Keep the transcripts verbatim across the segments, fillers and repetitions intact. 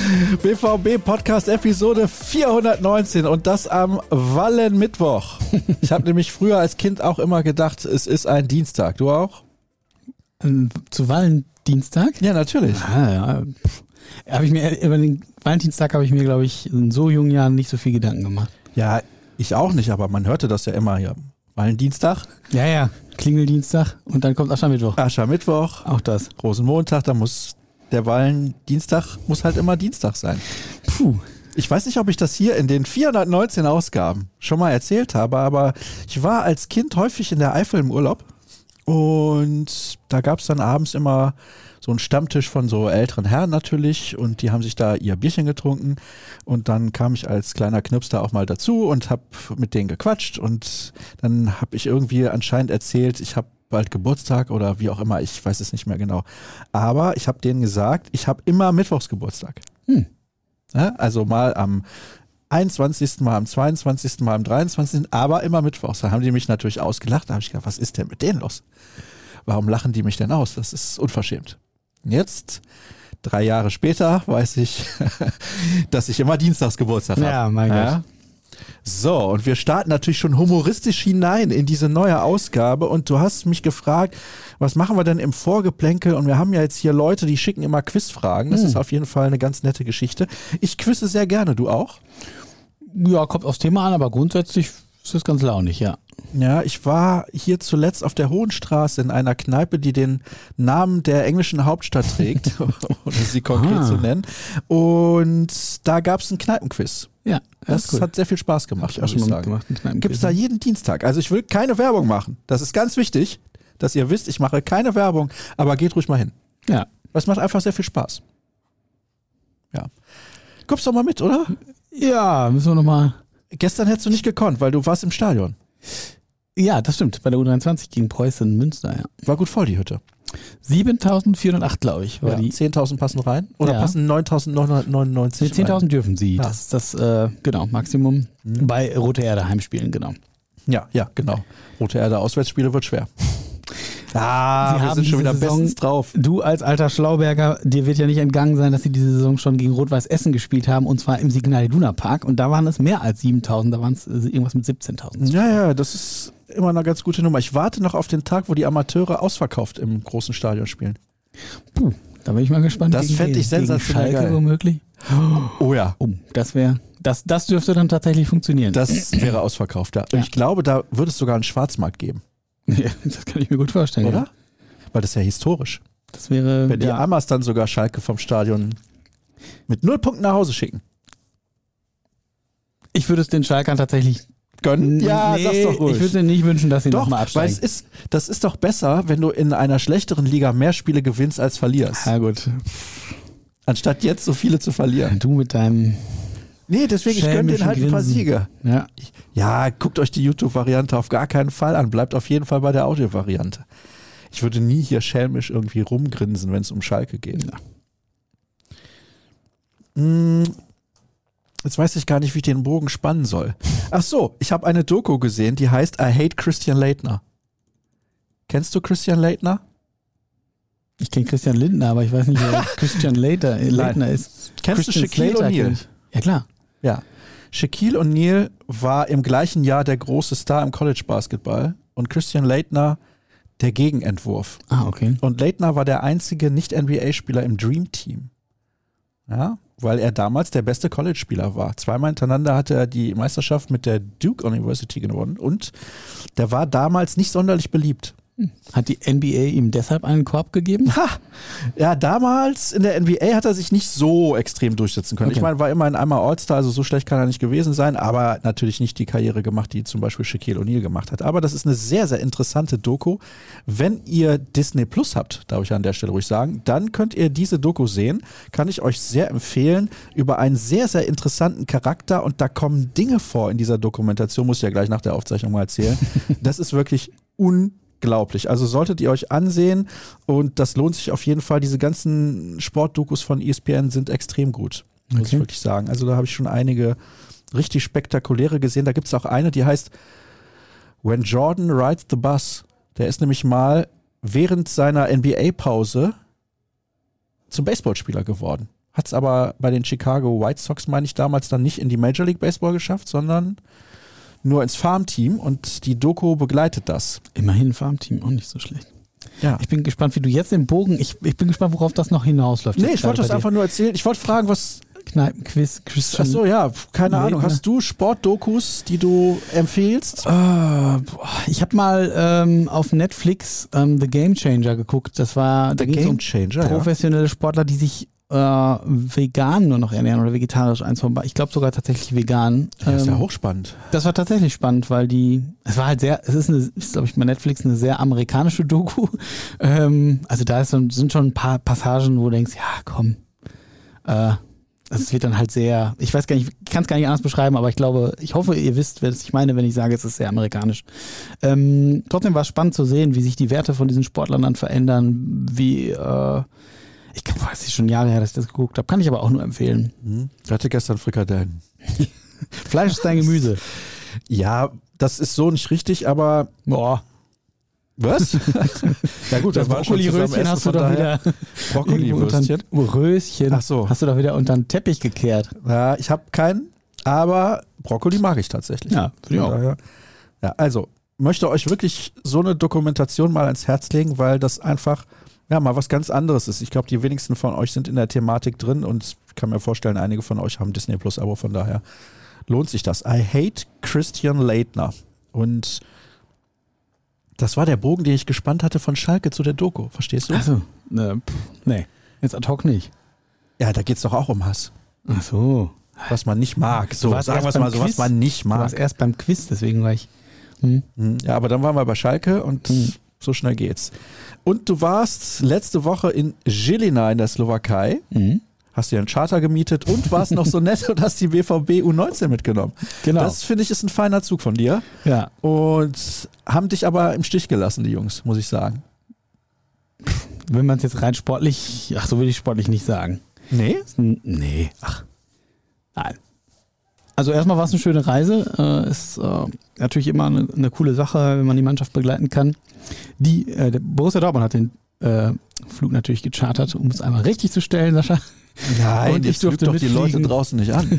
B V B-Podcast Episode vierhundertneunzehn und das am Wallenmittwoch. Ich habe nämlich früher als Kind auch immer gedacht, es ist ein Dienstag. Du auch? Ähm, zu Valentinstag? Ja, natürlich. Ah, ja. Hab ich mir, über den Valentinstag habe ich mir, glaube ich, in so jungen Jahren nicht so viel Gedanken gemacht. Ja, ich auch nicht, aber man hörte das ja immer hier. Valentinstag. Ja, ja. Klingeldienstag und dann kommt Aschermittwoch. Aschermittwoch. Auch das. Rosenmontag, da muss der Valentinstag muss halt immer Dienstag sein. Puh. Ich weiß nicht, ob ich das hier in den vierhundertneunzehn Ausgaben schon mal erzählt habe, aber ich war als Kind häufig in der Eifel im Urlaub und da gab es dann abends immer so einen Stammtisch von so älteren Herren natürlich und die haben sich da ihr Bierchen getrunken und dann kam ich als kleiner Knirps da auch mal dazu und habe mit denen gequatscht und dann habe ich irgendwie anscheinend erzählt, ich habe bald Geburtstag oder wie auch immer, ich weiß es nicht mehr genau. Aber ich habe denen gesagt, ich habe immer Mittwochs Geburtstag. Hm. Ja, also mal am einundzwanzigsten Mal am zweiundzwanzigsten Mal am dreiundzwanzigsten aber immer Mittwochs. Da haben die mich natürlich ausgelacht. Da habe ich gedacht, was ist denn mit denen los? Warum lachen die mich denn aus? Das ist unverschämt. Jetzt, drei Jahre später, weiß ich, dass ich immer Dienstags Geburtstag habe. Ja, mein ja? Gott. So, und wir starten natürlich schon humoristisch hinein in diese neue Ausgabe und du hast mich gefragt, was machen wir denn im Vorgeplänkel und wir haben ja jetzt hier Leute, die schicken immer Quizfragen, das hm. ist auf jeden Fall eine ganz nette Geschichte. Ich quizze sehr gerne, du auch? Ja, kommt aufs Thema an, aber grundsätzlich ist das ganz launig, ja. Ja, ich war hier zuletzt auf der Hohenstraße in einer Kneipe, die den Namen der englischen Hauptstadt trägt, ohne sie konkret ah. zu nennen. Und da gab es einen Kneipenquiz. Ja, das, das cool. hat sehr viel Spaß gemacht, ich auch schon mal gemacht. Gibt es da jeden Dienstag. Also ich will keine Werbung machen. Das ist ganz wichtig, dass ihr wisst, ich mache keine Werbung, aber geht ruhig mal hin. Ja. Das macht einfach sehr viel Spaß. Ja. Kommst doch mal mit, oder? Ja, müssen wir nochmal. Gestern hättest du nicht gekonnt, weil du warst im Stadion. Ja, das stimmt. Bei der U dreiundzwanzig gegen Preußen Münster, ja. War gut voll, die Hütte. siebentausendvierhundertacht, glaube ich, war ja, die. zehntausend passen rein? Oder ja. passen neuntausendneunhundertneunundneunzig nee, zehntausend dürfen sie. Ja. Das ist das, äh, genau, Maximum. Mhm. Bei Rote Erde Heimspielen, genau. Ja, ja, genau. Rote Erde Auswärtsspiele wird schwer. Ah, Sie wir haben sind schon wieder Saison, bestens drauf. Du als alter Schlauberger, dir wird ja nicht entgangen sein, dass sie diese Saison schon gegen Rot-Weiß Essen gespielt haben und zwar im Signal Iduna Park und da waren es mehr als siebentausend, da waren es irgendwas mit siebzehntausend. Ja, ja, das ist immer eine ganz gute Nummer. Ich warte noch auf den Tag, wo die Amateure ausverkauft im großen Stadion spielen. Puh, da bin ich mal gespannt. Das fände ich sensationell geil. womöglich. Oh ja. Oh, das wäre, das, das dürfte dann tatsächlich funktionieren. Das wäre ausverkauft, ja. Ja. Ich glaube, da würde es sogar einen Schwarzmarkt geben. Ja, das kann ich mir gut vorstellen. Oder? Ja. Weil das ist ja historisch. Das wäre. Wenn die ja. Amas dann sogar Schalke vom Stadion mit null Punkten nach Hause schicken. Ich würde es den Schalkern tatsächlich gönnen. Ja, nee, sag's doch ruhig. Ich würde denen nicht wünschen, dass sie nochmal absteigen. Weil es ist, das ist doch besser, wenn du in einer schlechteren Liga mehr Spiele gewinnst als verlierst. Ja gut. Anstatt jetzt so viele zu verlieren. Du mit deinem Nee, deswegen, ich gönne denen halt ein paar Siege. Ja. ja, guckt euch die YouTube-Variante auf gar keinen Fall an. Bleibt auf jeden Fall bei der Audio-Variante. Ich würde nie hier schelmisch irgendwie rumgrinsen, wenn es um Schalke geht. Ja. Hm, jetzt weiß ich gar nicht, wie ich den Bogen spannen soll. Ach so, ich habe eine Doku gesehen, die heißt I Hate Christian Laettner. Kennst du Christian Laettner? Ich kenne Christian Lindner, aber ich weiß nicht, wer Christian Laettner, Laettner ist. Kennst Christian du Shaquille Slater O'Neal? Ja, klar. Ja. Shaquille O'Neal war im gleichen Jahr der große Star im College-Basketball und Christian Laettner der Gegenentwurf. Ah, okay. Und Laettner war der einzige Nicht-N B A-Spieler im Dream Team. Ja, weil er damals der beste College-Spieler war. Zweimal hintereinander hatte er die Meisterschaft mit der Duke University gewonnen und der war damals nicht sonderlich beliebt. Hat die N B A ihm deshalb einen Korb gegeben? Ha! Ja, damals in der N B A hat er sich nicht so extrem durchsetzen können. Okay. Ich meine, war immerhin einmal All-Star, also so schlecht kann er nicht gewesen sein, aber natürlich nicht die Karriere gemacht, die zum Beispiel Shaquille O'Neal gemacht hat. Aber das ist eine sehr, sehr interessante Doku. Wenn ihr Disney Plus habt, darf ich an der Stelle ruhig sagen, dann könnt ihr diese Doku sehen. Kann ich euch sehr empfehlen, über einen sehr, sehr interessanten Charakter und da kommen Dinge vor in dieser Dokumentation, muss ich ja gleich nach der Aufzeichnung mal erzählen. Das ist wirklich unglaublich. Unglaublich. Also solltet ihr euch ansehen und das lohnt sich auf jeden Fall. Diese ganzen Sportdokus von E S P N sind extrem gut, muss okay. ich wirklich sagen. Also da habe ich schon einige richtig spektakuläre gesehen. Da gibt es auch eine, die heißt When Jordan Rides the Bus. Der ist nämlich mal während seiner N B A-Pause zum Baseballspieler geworden. hat es aber bei den Chicago White Sox, meine ich, damals dann nicht in die Major League Baseball geschafft, sondern nur ins Farmteam und die Doku begleitet das. Immerhin ein Farmteam, auch nicht so schlecht. Ja. Ich bin gespannt, wie du jetzt den Bogen, ich, ich bin gespannt, worauf das noch hinausläuft. Nee, ich wollte das einfach nur erzählen. Ich wollte fragen, was... Kneipenquiz, Christian. Ach so, ja, keine Ahnung. Leitner. Hast du Sportdokus, die du empfehlst? Äh, boah, ich habe mal ähm, auf Netflix ähm, The Game Changer geguckt. Das war, da The ging es Game um Changer, professionelle Sportler, die sich äh, vegan nur noch ernähren oder vegetarisch eins von beiden. Ich glaube sogar tatsächlich vegan. Ja, das ist ja Ähm, hochspannend. Das war tatsächlich spannend, weil die, es war halt sehr, es ist, eine, ist glaube ich, bei Netflix eine sehr amerikanische Doku. Ähm, also da ist, so- sind schon ein paar Passagen, wo du denkst, ja, komm. Äh, also es wird dann halt sehr, ich weiß gar nicht, ich kann es gar nicht anders beschreiben, aber ich glaube, ich hoffe, ihr wisst, was ich meine, wenn ich sage, es ist sehr amerikanisch. Ähm, trotzdem war es spannend zu sehen, wie sich die Werte von diesen Sportlern dann verändern, wie, äh, ich glaube, weiß ich schon Jahre her, dass ich das geguckt habe, kann ich aber auch nur empfehlen. Hm. Ich hatte gestern Frikadellen. Fleisch ist dein Gemüse. Ja, das ist so nicht richtig, aber Boah. was? Ja gut, Das das war schon zusammen Brokkoli-Röschen essen, hast du von doch daher. wieder Brokkoli-Würstchen. unter- Röschen. Ach so. Hast du doch wieder unter den Teppich gekehrt. Ja, ich habe keinen, aber Brokkoli mag ich tatsächlich. Ja, finde ich Von auch. daher- Ja, also möchte euch wirklich so eine Dokumentation mal ans Herz legen, weil das einfach ja mal was ganz anderes ist. Ich glaube, die wenigsten von euch sind in der Thematik drin und ich kann mir vorstellen, einige von euch haben Disney Plus Abo, von daher lohnt sich das. I Hate Christian Leitner. Und das war der Bogen, den ich gespannt hatte von Schalke zu der Doku. Verstehst du? Achso, ne, pff, nee, jetzt ad hoc nicht. Ja, da geht es doch auch um Hass. Ach so. Was man nicht mag. So, warst sagen wir erst es mal beim so, was Quiz. man nicht Du warst mag. erst beim Quiz, deswegen war ich. Hm. Hm, Ja, aber dann waren wir bei Schalke und Hm. so schnell geht's. Und du warst letzte Woche in Žilina in der Slowakei, Mhm. hast dir einen Charter gemietet und warst noch so nett und hast die B V B U neunzehn mitgenommen. Genau. Das finde ich ist ein feiner Zug von dir ja. und haben dich aber im Stich gelassen, die Jungs, muss ich sagen. Wenn man es jetzt rein sportlich, ach so will ich sportlich nicht sagen. Nee? N- Nee, ach. Nein. Also erstmal war es eine schöne Reise. Äh, ist äh, natürlich immer eine, eine coole Sache, wenn man die Mannschaft begleiten kann. Die, äh, der Borussia Dortmund hat den äh, Flug natürlich gechartert, um es einmal richtig zu stellen, Sascha. Nein, Und ich jetzt lügt durfte doch die Leute mitfliegen. draußen nicht an.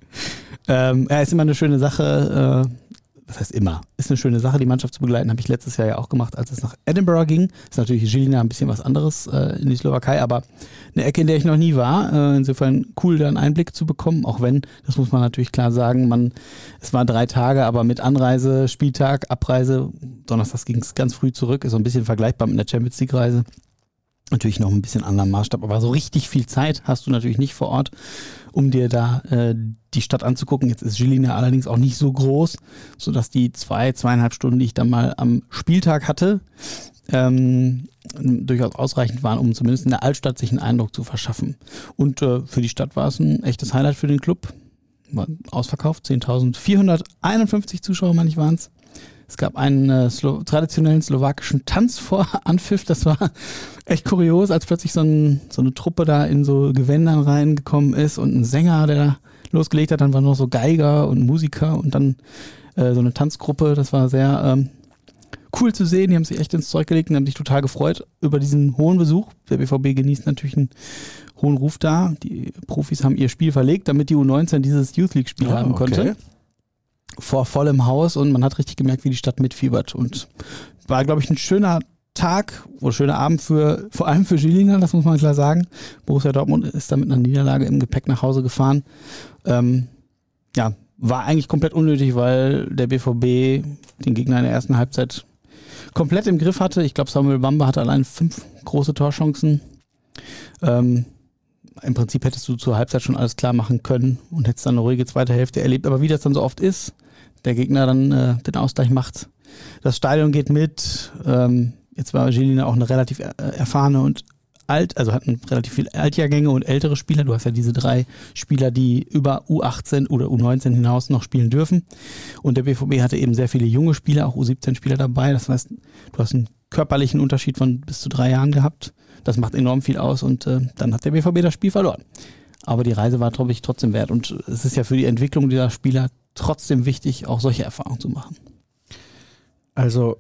Ähm, ja, ist immer eine schöne Sache. Äh, was heißt immer? Ist eine schöne Sache, die Mannschaft zu begleiten. Habe ich letztes Jahr ja auch gemacht, als es nach Edinburgh ging. Ist natürlich Žilina ein bisschen was anderes äh, in die Slowakei, aber eine Ecke, in der ich noch nie war. Äh, insofern cool, da einen Einblick zu bekommen, auch wenn, das muss man natürlich klar sagen, man, es waren drei Tage, aber mit Anreise, Spieltag, Abreise, Donnerstags ging es ganz früh zurück, ist so ein bisschen vergleichbar mit einer Champions League Reise. Natürlich noch ein bisschen anderen Maßstab, aber so richtig viel Zeit hast du natürlich nicht vor Ort, um dir da äh, die Stadt anzugucken. Jetzt ist Žilina allerdings auch nicht so groß, sodass die zwei, zweieinhalb Stunden, die ich dann mal am Spieltag hatte, ähm, durchaus ausreichend waren, um zumindest in der Altstadt sich einen Eindruck zu verschaffen. Und äh, für die Stadt war es ein echtes Highlight für den Club. War ausverkauft, zehntausendvierhunderteinundfünfzig Zuschauer, meine ich, waren es. Es gab einen äh, Slo- traditionellen slowakischen Tanz vor Anpfiff. Das war echt kurios, als plötzlich so, ein, so eine Truppe da in so Gewändern reingekommen ist und ein Sänger, der da losgelegt hat. Dann waren noch so Geiger und Musiker und dann äh, so eine Tanzgruppe. Das war sehr ähm, cool zu sehen. Die haben sich echt ins Zeug gelegt und haben sich total gefreut über diesen hohen Besuch. Der B V B genießt natürlich einen hohen Ruf da. Die Profis haben ihr Spiel verlegt, damit die U neunzehn dieses Youth League Spiel Ah, haben konnte. okay. Vor vollem Haus und man hat richtig gemerkt, wie die Stadt mitfiebert. Und war, glaube ich, ein schöner Tag oder schöner Abend für, vor allem für Žilina, das muss man klar sagen. Borussia Dortmund ist da mit einer Niederlage im Gepäck nach Hause gefahren. Ähm, ja, war eigentlich komplett unnötig, weil der B V B den Gegner in der ersten Halbzeit komplett im Griff hatte. Ich glaube, Samuel Bamba hatte allein fünf große Torchancen. Ähm, Im Prinzip hättest du zur Halbzeit schon alles klar machen können und hättest dann eine ruhige zweite Hälfte erlebt. Aber wie das dann so oft ist, der Gegner dann äh, den Ausgleich macht. Das Stadion geht mit. Ähm, jetzt war Žilina auch eine relativ äh, erfahrene und alt, also hatten relativ viele Altjahrgänge und ältere Spieler. Du hast ja diese drei Spieler, die über U achtzehn oder U neunzehn hinaus noch spielen dürfen. Und der B V B hatte eben sehr viele junge Spieler, auch U siebzehn Spieler dabei. Das heißt, du hast einen körperlichen Unterschied von bis zu drei Jahren gehabt. Das macht enorm viel aus und äh, dann hat der B V B das Spiel verloren. Aber die Reise war, glaube ich, trotzdem wert. Und es ist ja für die Entwicklung dieser Spieler trotzdem wichtig, auch solche Erfahrungen zu machen. Also,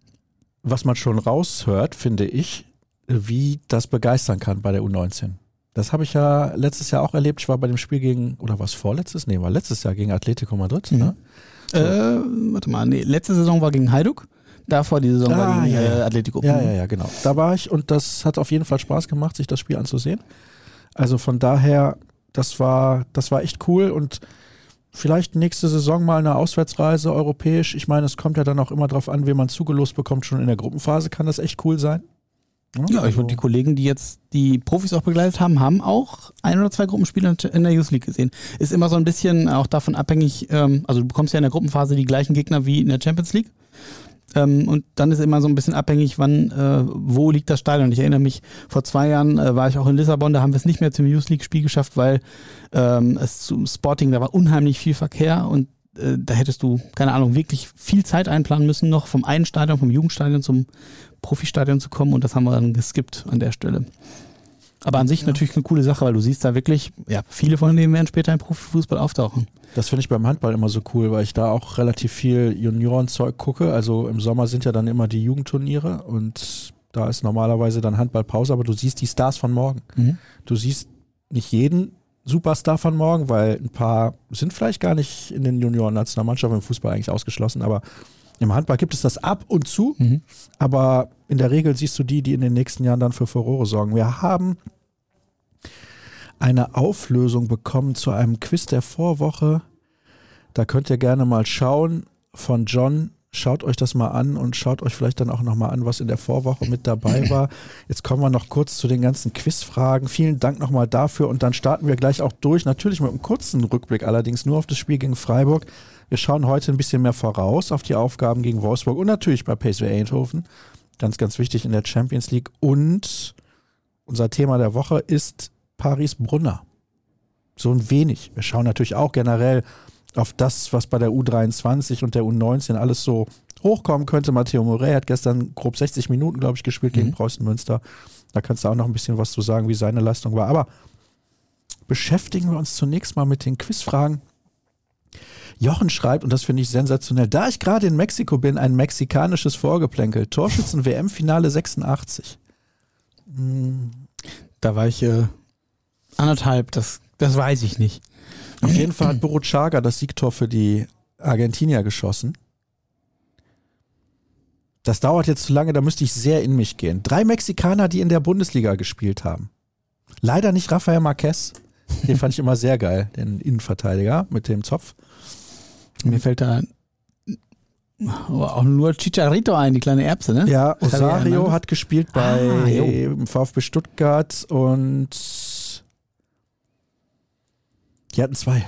was man schon raushört, finde ich, wie das begeistern kann bei der U neunzehn. Das habe ich ja letztes Jahr auch erlebt. Ich war bei dem Spiel gegen, oder was vorletztes? Nee, war letztes Jahr gegen Atletico Madrid. Mhm. Ne? So. Äh, warte mal, nee, letzte Saison war gegen Hajduk, davor die Saison ah, war gegen ja, ja. Äh, Atletico. Ja, ja, ja, genau. Da war ich und das hat auf jeden Fall Spaß gemacht, sich das Spiel anzusehen. Also von daher, das war, das war echt cool und vielleicht nächste Saison mal eine Auswärtsreise europäisch. Ich meine, es kommt ja dann auch immer drauf an, wen man zugelost bekommt. Schon in der Gruppenphase kann das echt cool sein. Ja, ich die Kollegen, die jetzt die Profis auch begleitet haben, haben auch ein oder zwei Gruppenspiele in der Youth League gesehen. Ist immer so ein bisschen auch davon abhängig, ähm, also du bekommst ja in der Gruppenphase die gleichen Gegner wie in der Champions League. Ähm, und dann ist immer so ein bisschen abhängig, wann, äh, wo liegt das Stadion. Ich erinnere mich, vor zwei Jahren äh, war ich auch in Lissabon, da haben wir es nicht mehr zum Youth League Spiel geschafft, weil ähm, es zum Sporting, da war unheimlich viel Verkehr und äh, da hättest du, keine Ahnung, wirklich viel Zeit einplanen müssen, noch vom einen Stadion, vom Jugendstadion zum Profistadion zu kommen und das haben wir dann geskippt an der Stelle. Aber an sich ja. natürlich eine coole Sache, weil du siehst da wirklich, ja, viele von denen werden später im Profifußball auftauchen. Das finde ich beim Handball immer so cool, weil ich da auch relativ viel Juniorenzeug gucke. Also im Sommer sind ja dann immer die Jugendturniere und da ist normalerweise dann Handballpause, aber du siehst die Stars von morgen. Mhm. Du siehst nicht jeden Superstar von morgen, weil ein paar sind vielleicht gar nicht in den Junioren-Nationalmannschaften im Fußball eigentlich ausgeschlossen, aber im Handball gibt es das ab und zu, mhm. aber in der Regel siehst du die, die in den nächsten Jahren dann für Furore sorgen. Wir haben eine Auflösung bekommen zu einem Quiz der Vorwoche. Da könnt ihr gerne mal schauen von John. Schaut euch das mal an und schaut euch vielleicht dann auch nochmal an, was in der Vorwoche mit dabei war. Jetzt kommen wir noch kurz zu den ganzen Quizfragen. Vielen Dank nochmal dafür und dann starten wir gleich auch durch. Natürlich mit einem kurzen Rückblick, allerdings nur auf das Spiel gegen Freiburg. Wir schauen heute ein bisschen mehr voraus auf die Aufgaben gegen Wolfsburg und natürlich bei P S V Eindhoven. Ganz, ganz wichtig in der Champions League. Und unser Thema der Woche ist Paris-Brunner. So ein wenig. Wir schauen natürlich auch generell auf das, was bei der U dreiundzwanzig und der U neunzehn alles so hochkommen könnte. Matteo Morey hat gestern grob sechzig Minuten, glaube ich, gespielt gegen mhm. Preußen Münster. Da kannst du auch noch ein bisschen was zu sagen, wie seine Leistung war. Aber beschäftigen wir uns zunächst mal mit den Quizfragen. Jochen schreibt, und das finde ich sensationell, da ich gerade in Mexiko bin, ein mexikanisches Vorgeplänkel. Torschützen-W M-Finale sechsundachtzig. Hm. Da war ich äh, anderthalb, das, das weiß ich nicht. Auf jeden Fall hat Burruchaga das Siegtor für die Argentinier geschossen. Das dauert jetzt zu lange, da müsste ich sehr in mich gehen. Drei Mexikaner, die in der Bundesliga gespielt haben. Leider nicht Rafael Marquez. Den fand ich immer sehr geil, den Innenverteidiger mit dem Zopf. Mir fällt da auch nur Chicharito ein, die kleine Erbse, ne? Ja, Osario hat gespielt bei ah, VfB Stuttgart und die hatten zwei. Ja,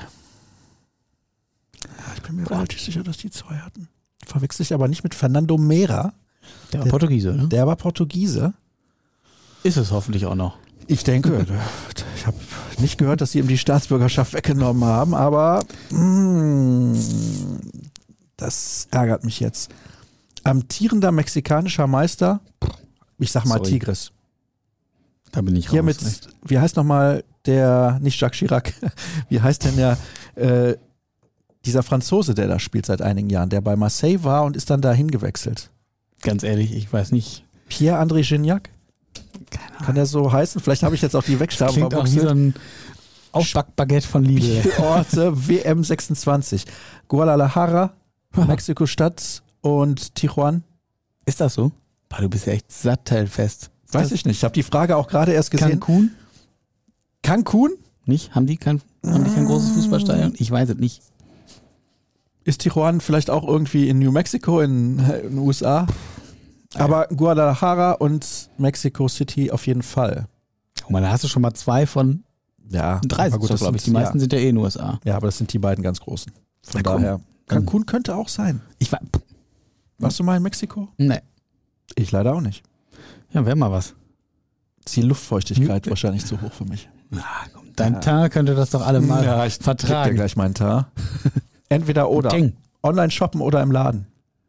ich bin mir relativ sicher, dass die zwei hatten. Verwechsel ich aber nicht mit Fernando Mera. Der war der, Portugiese, ne? Der war Portugiese. Ist es hoffentlich auch noch. Ich denke, ich habe nicht gehört, dass sie ihm die Staatsbürgerschaft weggenommen haben, aber mh, das ärgert mich jetzt. Amtierender mexikanischer Meister, ich sag mal Sorry. Tigres. Da bin ich raus. Hier mit, wie heißt nochmal der, nicht Jacques Chirac, wie heißt denn der, äh, dieser Franzose, der da spielt seit einigen Jahren, der bei Marseille war und ist dann dahin gewechselt? Ganz ehrlich, ich weiß nicht. Pierre-André Gignac? Kann der so heißen? Vielleicht habe ich jetzt auch die Wegstaben verbuchselt. Klingt auch wie so ein Aufbackbaguette von Lidl. Orte W M sechsundzwanzig. Guadalajara, Mexiko-Stadt und Tijuana. Ist das so? Boah, du bist ja echt sattelfest. Ist Weiß ich nicht. Ich habe die Frage auch gerade erst gesehen. Cancun? Cancun? Nicht? Haben die kein, haben die kein großes Fußballstadion? Ich weiß es nicht. Ist Tijuana vielleicht auch irgendwie in New Mexico in, in den U S A? Aber Guadalajara und Mexico City auf jeden Fall. Guck mal, da hast du schon mal zwei von ja, drei, gut, glaube ich. Die meisten ja. sind ja eh in den U S A. Ja, aber das sind die beiden ganz großen. Von Na, daher. Cancun könnte auch sein. Ich war, Warst du mal in Mexiko? Nee. Ich leider auch nicht. Ja, wäre mal was. Ist die Luftfeuchtigkeit hm. wahrscheinlich zu hoch für mich. Na, komm, dein ja. Teint könnte das doch alle mal ja, ich vertragen. Ich dir gleich meinen Teint. Entweder oder. Ding. Online shoppen oder im Laden.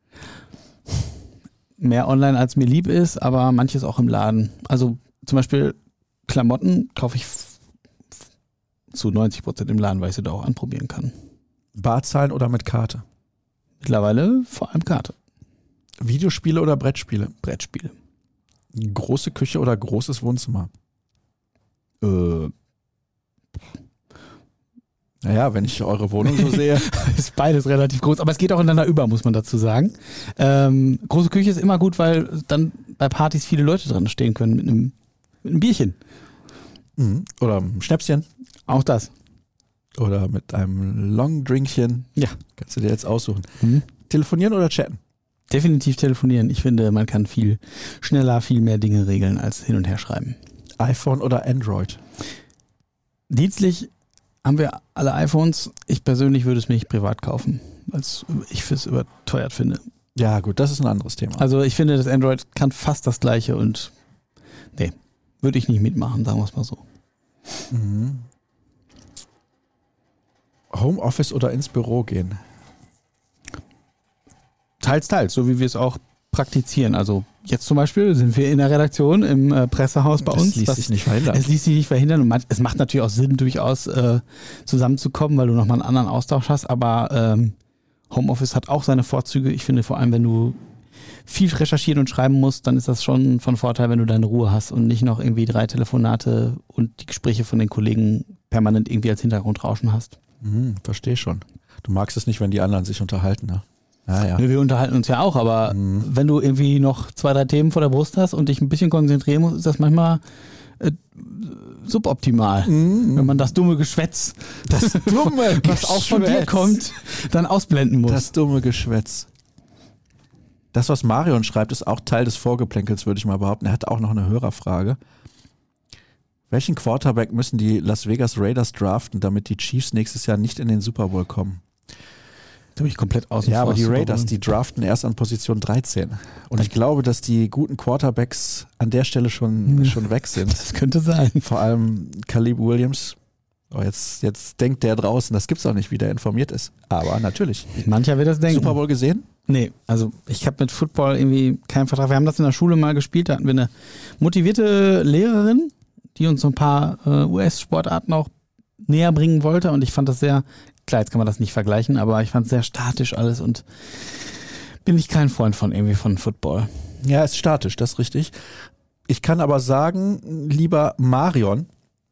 Mehr online, als mir lieb ist, aber manches auch im Laden. Also zum Beispiel Klamotten kaufe ich f- f- zu neunzig Prozent im Laden, weil ich sie da auch anprobieren kann. Barzahlen oder mit Karte? Mittlerweile vor allem Karte. Videospiele oder Brettspiele? Brettspiele. Große Küche oder großes Wohnzimmer? Äh, Naja, wenn ich eure Wohnung so sehe. ist beides relativ groß, aber es geht auch ineinander über, muss man dazu sagen. Ähm, große Küche ist immer gut, weil dann bei Partys viele Leute dran stehen können mit einem, mit einem Bierchen. Mhm. Oder ein Schnäpschen. Auch das. Oder mit einem Long-Drinkchen. Ja. Kannst du dir jetzt aussuchen. Mhm. Telefonieren oder chatten? Definitiv telefonieren. Ich finde, man kann viel schneller, viel mehr Dinge regeln als hin und her schreiben. iPhone oder Android? Dienstlich haben wir alle iPhones. Ich persönlich würde es mir nicht privat kaufen, weil ich es überteuert finde. Ja gut, das ist ein anderes Thema. Also ich finde, das Android kann fast das Gleiche und nee, würde ich nicht mitmachen, sagen wir es mal so. Mhm. Homeoffice oder ins Büro gehen? Teils, teils, so wie wir es auch praktizieren. Also jetzt zum Beispiel sind wir in der Redaktion im äh, Pressehaus bei das uns. Ließ das sich nicht verhindern. Es ließ sich nicht verhindern und man, es macht natürlich auch Sinn, durchaus äh, zusammenzukommen, weil du nochmal einen anderen Austausch hast, aber ähm, Homeoffice hat auch seine Vorzüge. Ich finde vor allem, wenn du viel recherchieren und schreiben musst, dann ist das schon von Vorteil, wenn du deine Ruhe hast und nicht noch irgendwie drei Telefonate und die Gespräche von den Kollegen permanent irgendwie als Hintergrundrauschen hast. Mhm, verstehe schon. Du magst es nicht, wenn die anderen sich unterhalten, ne? Ah, ja. Wir unterhalten uns ja auch, aber Mhm. wenn du irgendwie noch zwei, drei Themen vor der Brust hast und dich ein bisschen konzentrieren musst, ist das manchmal äh, suboptimal. Mhm. Wenn man das dumme Geschwätz, Das dumme was auch von dir Geschwätz. kommt, dann ausblenden muss. Das dumme Geschwätz. Das, was Marion schreibt, ist auch Teil des Vorgeplänkels, würde ich mal behaupten. Er hat auch noch eine Hörerfrage. Welchen Quarterback müssen die Las Vegas Raiders draften, damit die Chiefs nächstes Jahr nicht in den Super Bowl kommen? Da bin ich komplett außen Ja, vor. aber die Super Raiders, Bowl. die draften erst an Position dreizehn. Und ich glaube, dass die guten Quarterbacks an der Stelle schon, schon weg sind. Das könnte sein. Vor allem Caleb Williams. Oh, jetzt, jetzt denkt der draußen, das gibt's auch nicht, wie der informiert ist. Aber natürlich. Mancher wird das denken. Super Bowl gesehen? Nee, also ich habe mit Football irgendwie keinen Vertrag. Wir haben das in der Schule mal gespielt, da hatten wir eine motivierte Lehrerin, die uns so ein paar äh, U S-Sportarten auch näher bringen wollte und ich fand das sehr, klar, jetzt kann man das nicht vergleichen, aber ich fand es sehr statisch alles und bin ich kein Freund von irgendwie von Football. Ja, ist statisch, das ist richtig. Ich kann aber sagen, lieber Marion,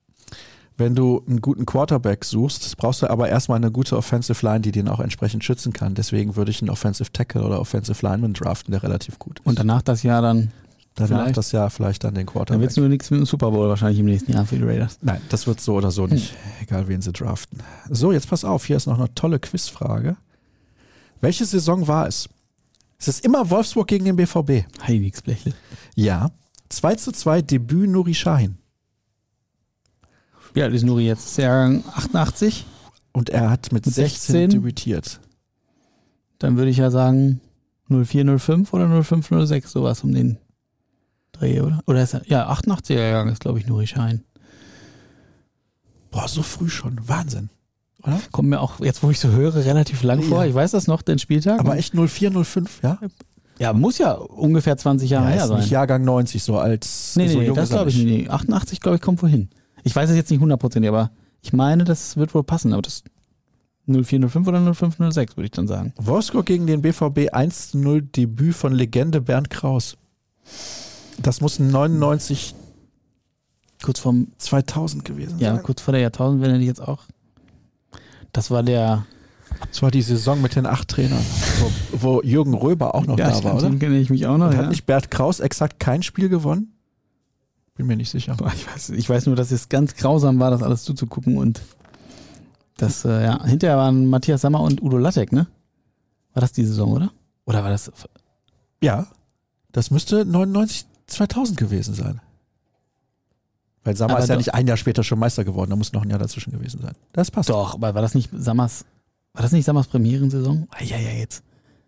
wenn du einen guten Quarterback suchst, brauchst du aber erstmal eine gute Offensive Line, die den auch entsprechend schützen kann. Deswegen würde ich einen Offensive Tackle oder Offensive Lineman draften, der relativ gut ist. Und danach das Jahr dann, danach vielleicht? das Jahr vielleicht dann den dann Quarterback. wird es nur nichts mit dem Super Bowl wahrscheinlich im nächsten Jahr für die Raiders. Nein, das wird so oder so nicht, egal wen sie draften. So, jetzt pass auf, hier ist noch eine tolle Quizfrage. Welche Saison war es? Es ist immer Wolfsburg gegen den B V B. Heiligsblechle. Ja. zwei zu zwei Debüt Nuri Sahin. Wie alt ist Nuri jetzt? Ist er achtundachtzig? Und er hat mit Mit sechzehn, sechzehn? debütiert. Dann würde ich ja sagen null vier null fünf oder null fünf null sechs, sowas um den Dreh, oder? Oder ist er, ja, achtundachtziger Jahrgang ist, glaube ich, Nuri Sahin. Boah, so früh schon. Wahnsinn. Oder? Kommt mir auch, jetzt wo ich so höre, relativ lang Ja. vor. Ich weiß das noch, den Spieltag. Aber echt null vier null fünf, ja? Ja, muss ja ungefähr zwanzig Jahre Ja, her ist sein. nicht Jahrgang neunzig, so als nee, nee, so nee jung das ist er glaube ich nicht. nicht. Nee, achtundachtzig, glaube ich, kommt wohin. Ich weiß es jetzt nicht hundertprozentig, aber ich meine, das wird wohl passen. Aber das null vier null fünf oder null fünf null sechs, würde ich dann sagen. Wolfsburg gegen den B V B eins zu null Debüt von Legende Bernd Kraus. Das muss neunundneunzig Kurz vorm, zweitausend gewesen ja, sein. kurz vor der Jahrtausendwende jetzt auch. Das war der. Das war die Saison mit den acht Trainern, wo, wo Jürgen Röber auch noch ja, da war, oder? Den kenne ich mich auch noch. Und Ja. hat nicht Bernd Kraus exakt kein Spiel gewonnen? Bin mir nicht sicher. Boah, ich, weiß, ich weiß nur, dass es ganz grausam war, das alles zuzugucken und das, äh, ja, hinterher waren Matthias Sammer und Udo Lattek, ne? War das die Saison, oder? Oder war das? Ja, das müsste neunundneunzig zweitausend gewesen sein. Weil Sammer Aber ist ja doch- nicht ein Jahr später schon Meister geworden, da muss noch ein Jahr dazwischen gewesen sein. Das passt. Doch, aber war das nicht Sammers, war das nicht Sammers Premierensaison? Ah, ja, ja, jetzt.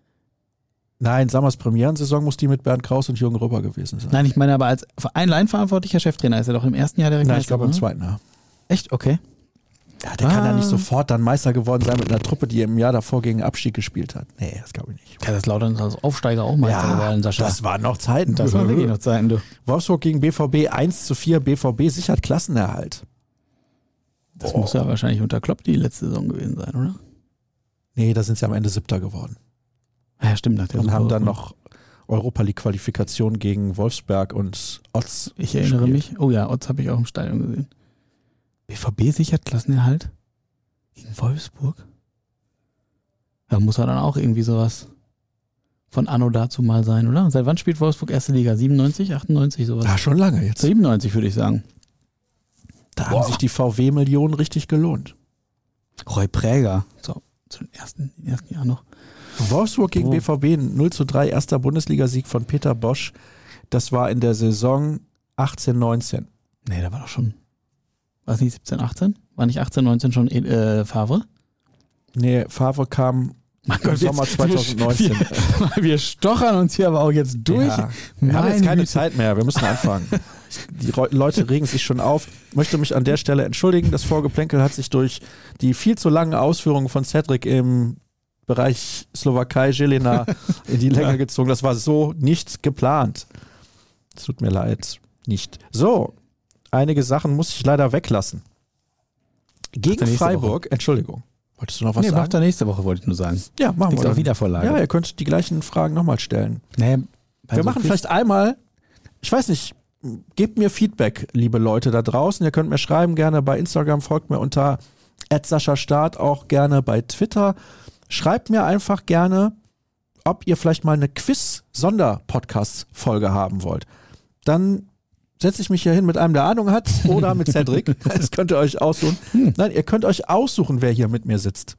Nein, Sammers Premierensaison muss die mit Bernd Kraus und Jürgen Röber gewesen sein. Nein, ich meine aber als ein leinverantwortlicher Cheftrainer ist er doch im ersten Jahr direkt Nein, ich Meister, glaube im oder? zweiten Jahr. Echt? Okay. Ja, der kann ja Ah. nicht sofort dann Meister geworden sein mit einer Truppe, die im Jahr davor gegen Abstieg gespielt hat. Nee, das glaube ich nicht. Kaiserslautern ist als Aufsteiger auch Meister geworden, Sascha. das waren noch Zeiten. das waren wirklich noch Zeiten, du. Wolfsburg gegen B V B eins zu vier. B V B sichert Klassenerhalt. Das Boah. muss ja wahrscheinlich unter Klopp die letzte Saison gewesen sein, oder? Nee, da sind sie am Ende Siebter geworden. Ah, ja, stimmt. Nach der Und Super- haben dann noch Europa League Qualifikation gegen Wolfsberg und Otz. Ich erinnere gespielt. mich. Oh ja, Otz habe ich auch im Stadion gesehen. B V B sichert Klassenerhalt gegen Wolfsburg? Da muss er dann auch irgendwie sowas von Anno dazu mal sein, oder? Seit wann spielt Wolfsburg erste Liga? siebenundneunzig, achtundneunzig, sowas? Ja, schon lange jetzt. siebenundneunzig würde ich sagen. Da Boah. haben sich die V W-Millionen richtig gelohnt. Roy Präger, so, zu den ersten, den ersten Jahren noch. Wolfsburg gegen Oh. B V B, null zu drei, erster Bundesligasieg von Peter Bosch. Das war in der Saison achtzehn neunzehn. Nee, da war doch schon, war es nicht siebzehn, achtzehn? War nicht achtzehn, neunzehn schon äh, Favre? Nee, Favre kam Mein im Sommer jetzt- zwanzig neunzehn. Wir, wir stochern uns hier aber auch jetzt durch. Ja, wir haben jetzt Meine keine Güte. Zeit mehr, wir müssen anfangen. Die Ro- Leute regen sich schon auf. Ich möchte mich an der Stelle entschuldigen. Das Vorgeplänkel hat sich durch die viel zu langen Ausführungen von Cedric im Bereich Slowakei, Žilina in die Länge gezogen. Das war so nicht geplant. Es tut mir leid. Nicht. So, einige Sachen muss ich leider weglassen. Gegen nächste Freiburg, Entschuldigung. Wolltest du noch was Nee, sagen? macht er nächste Woche, wollte ich nur sagen. Ja, machen Kriegst wir. auch dann. Wiedervorlage. Ja, ihr könnt die gleichen Fragen nochmal stellen. Nee, Wir machen vielleicht einmal, ich weiß nicht, gebt mir Feedback, liebe Leute da draußen. Ihr könnt mir schreiben, gerne bei Instagram, folgt mir unter at sascha start, auch gerne bei Twitter. Schreibt mir einfach gerne, ob ihr vielleicht mal eine Quiz-Sonder-Podcast-Folge haben wollt. Dann setze ich mich hier hin mit einem, der Ahnung hat, oder mit Cedric. Das könnt ihr euch aussuchen. Nein, ihr könnt euch aussuchen, wer hier mit mir sitzt.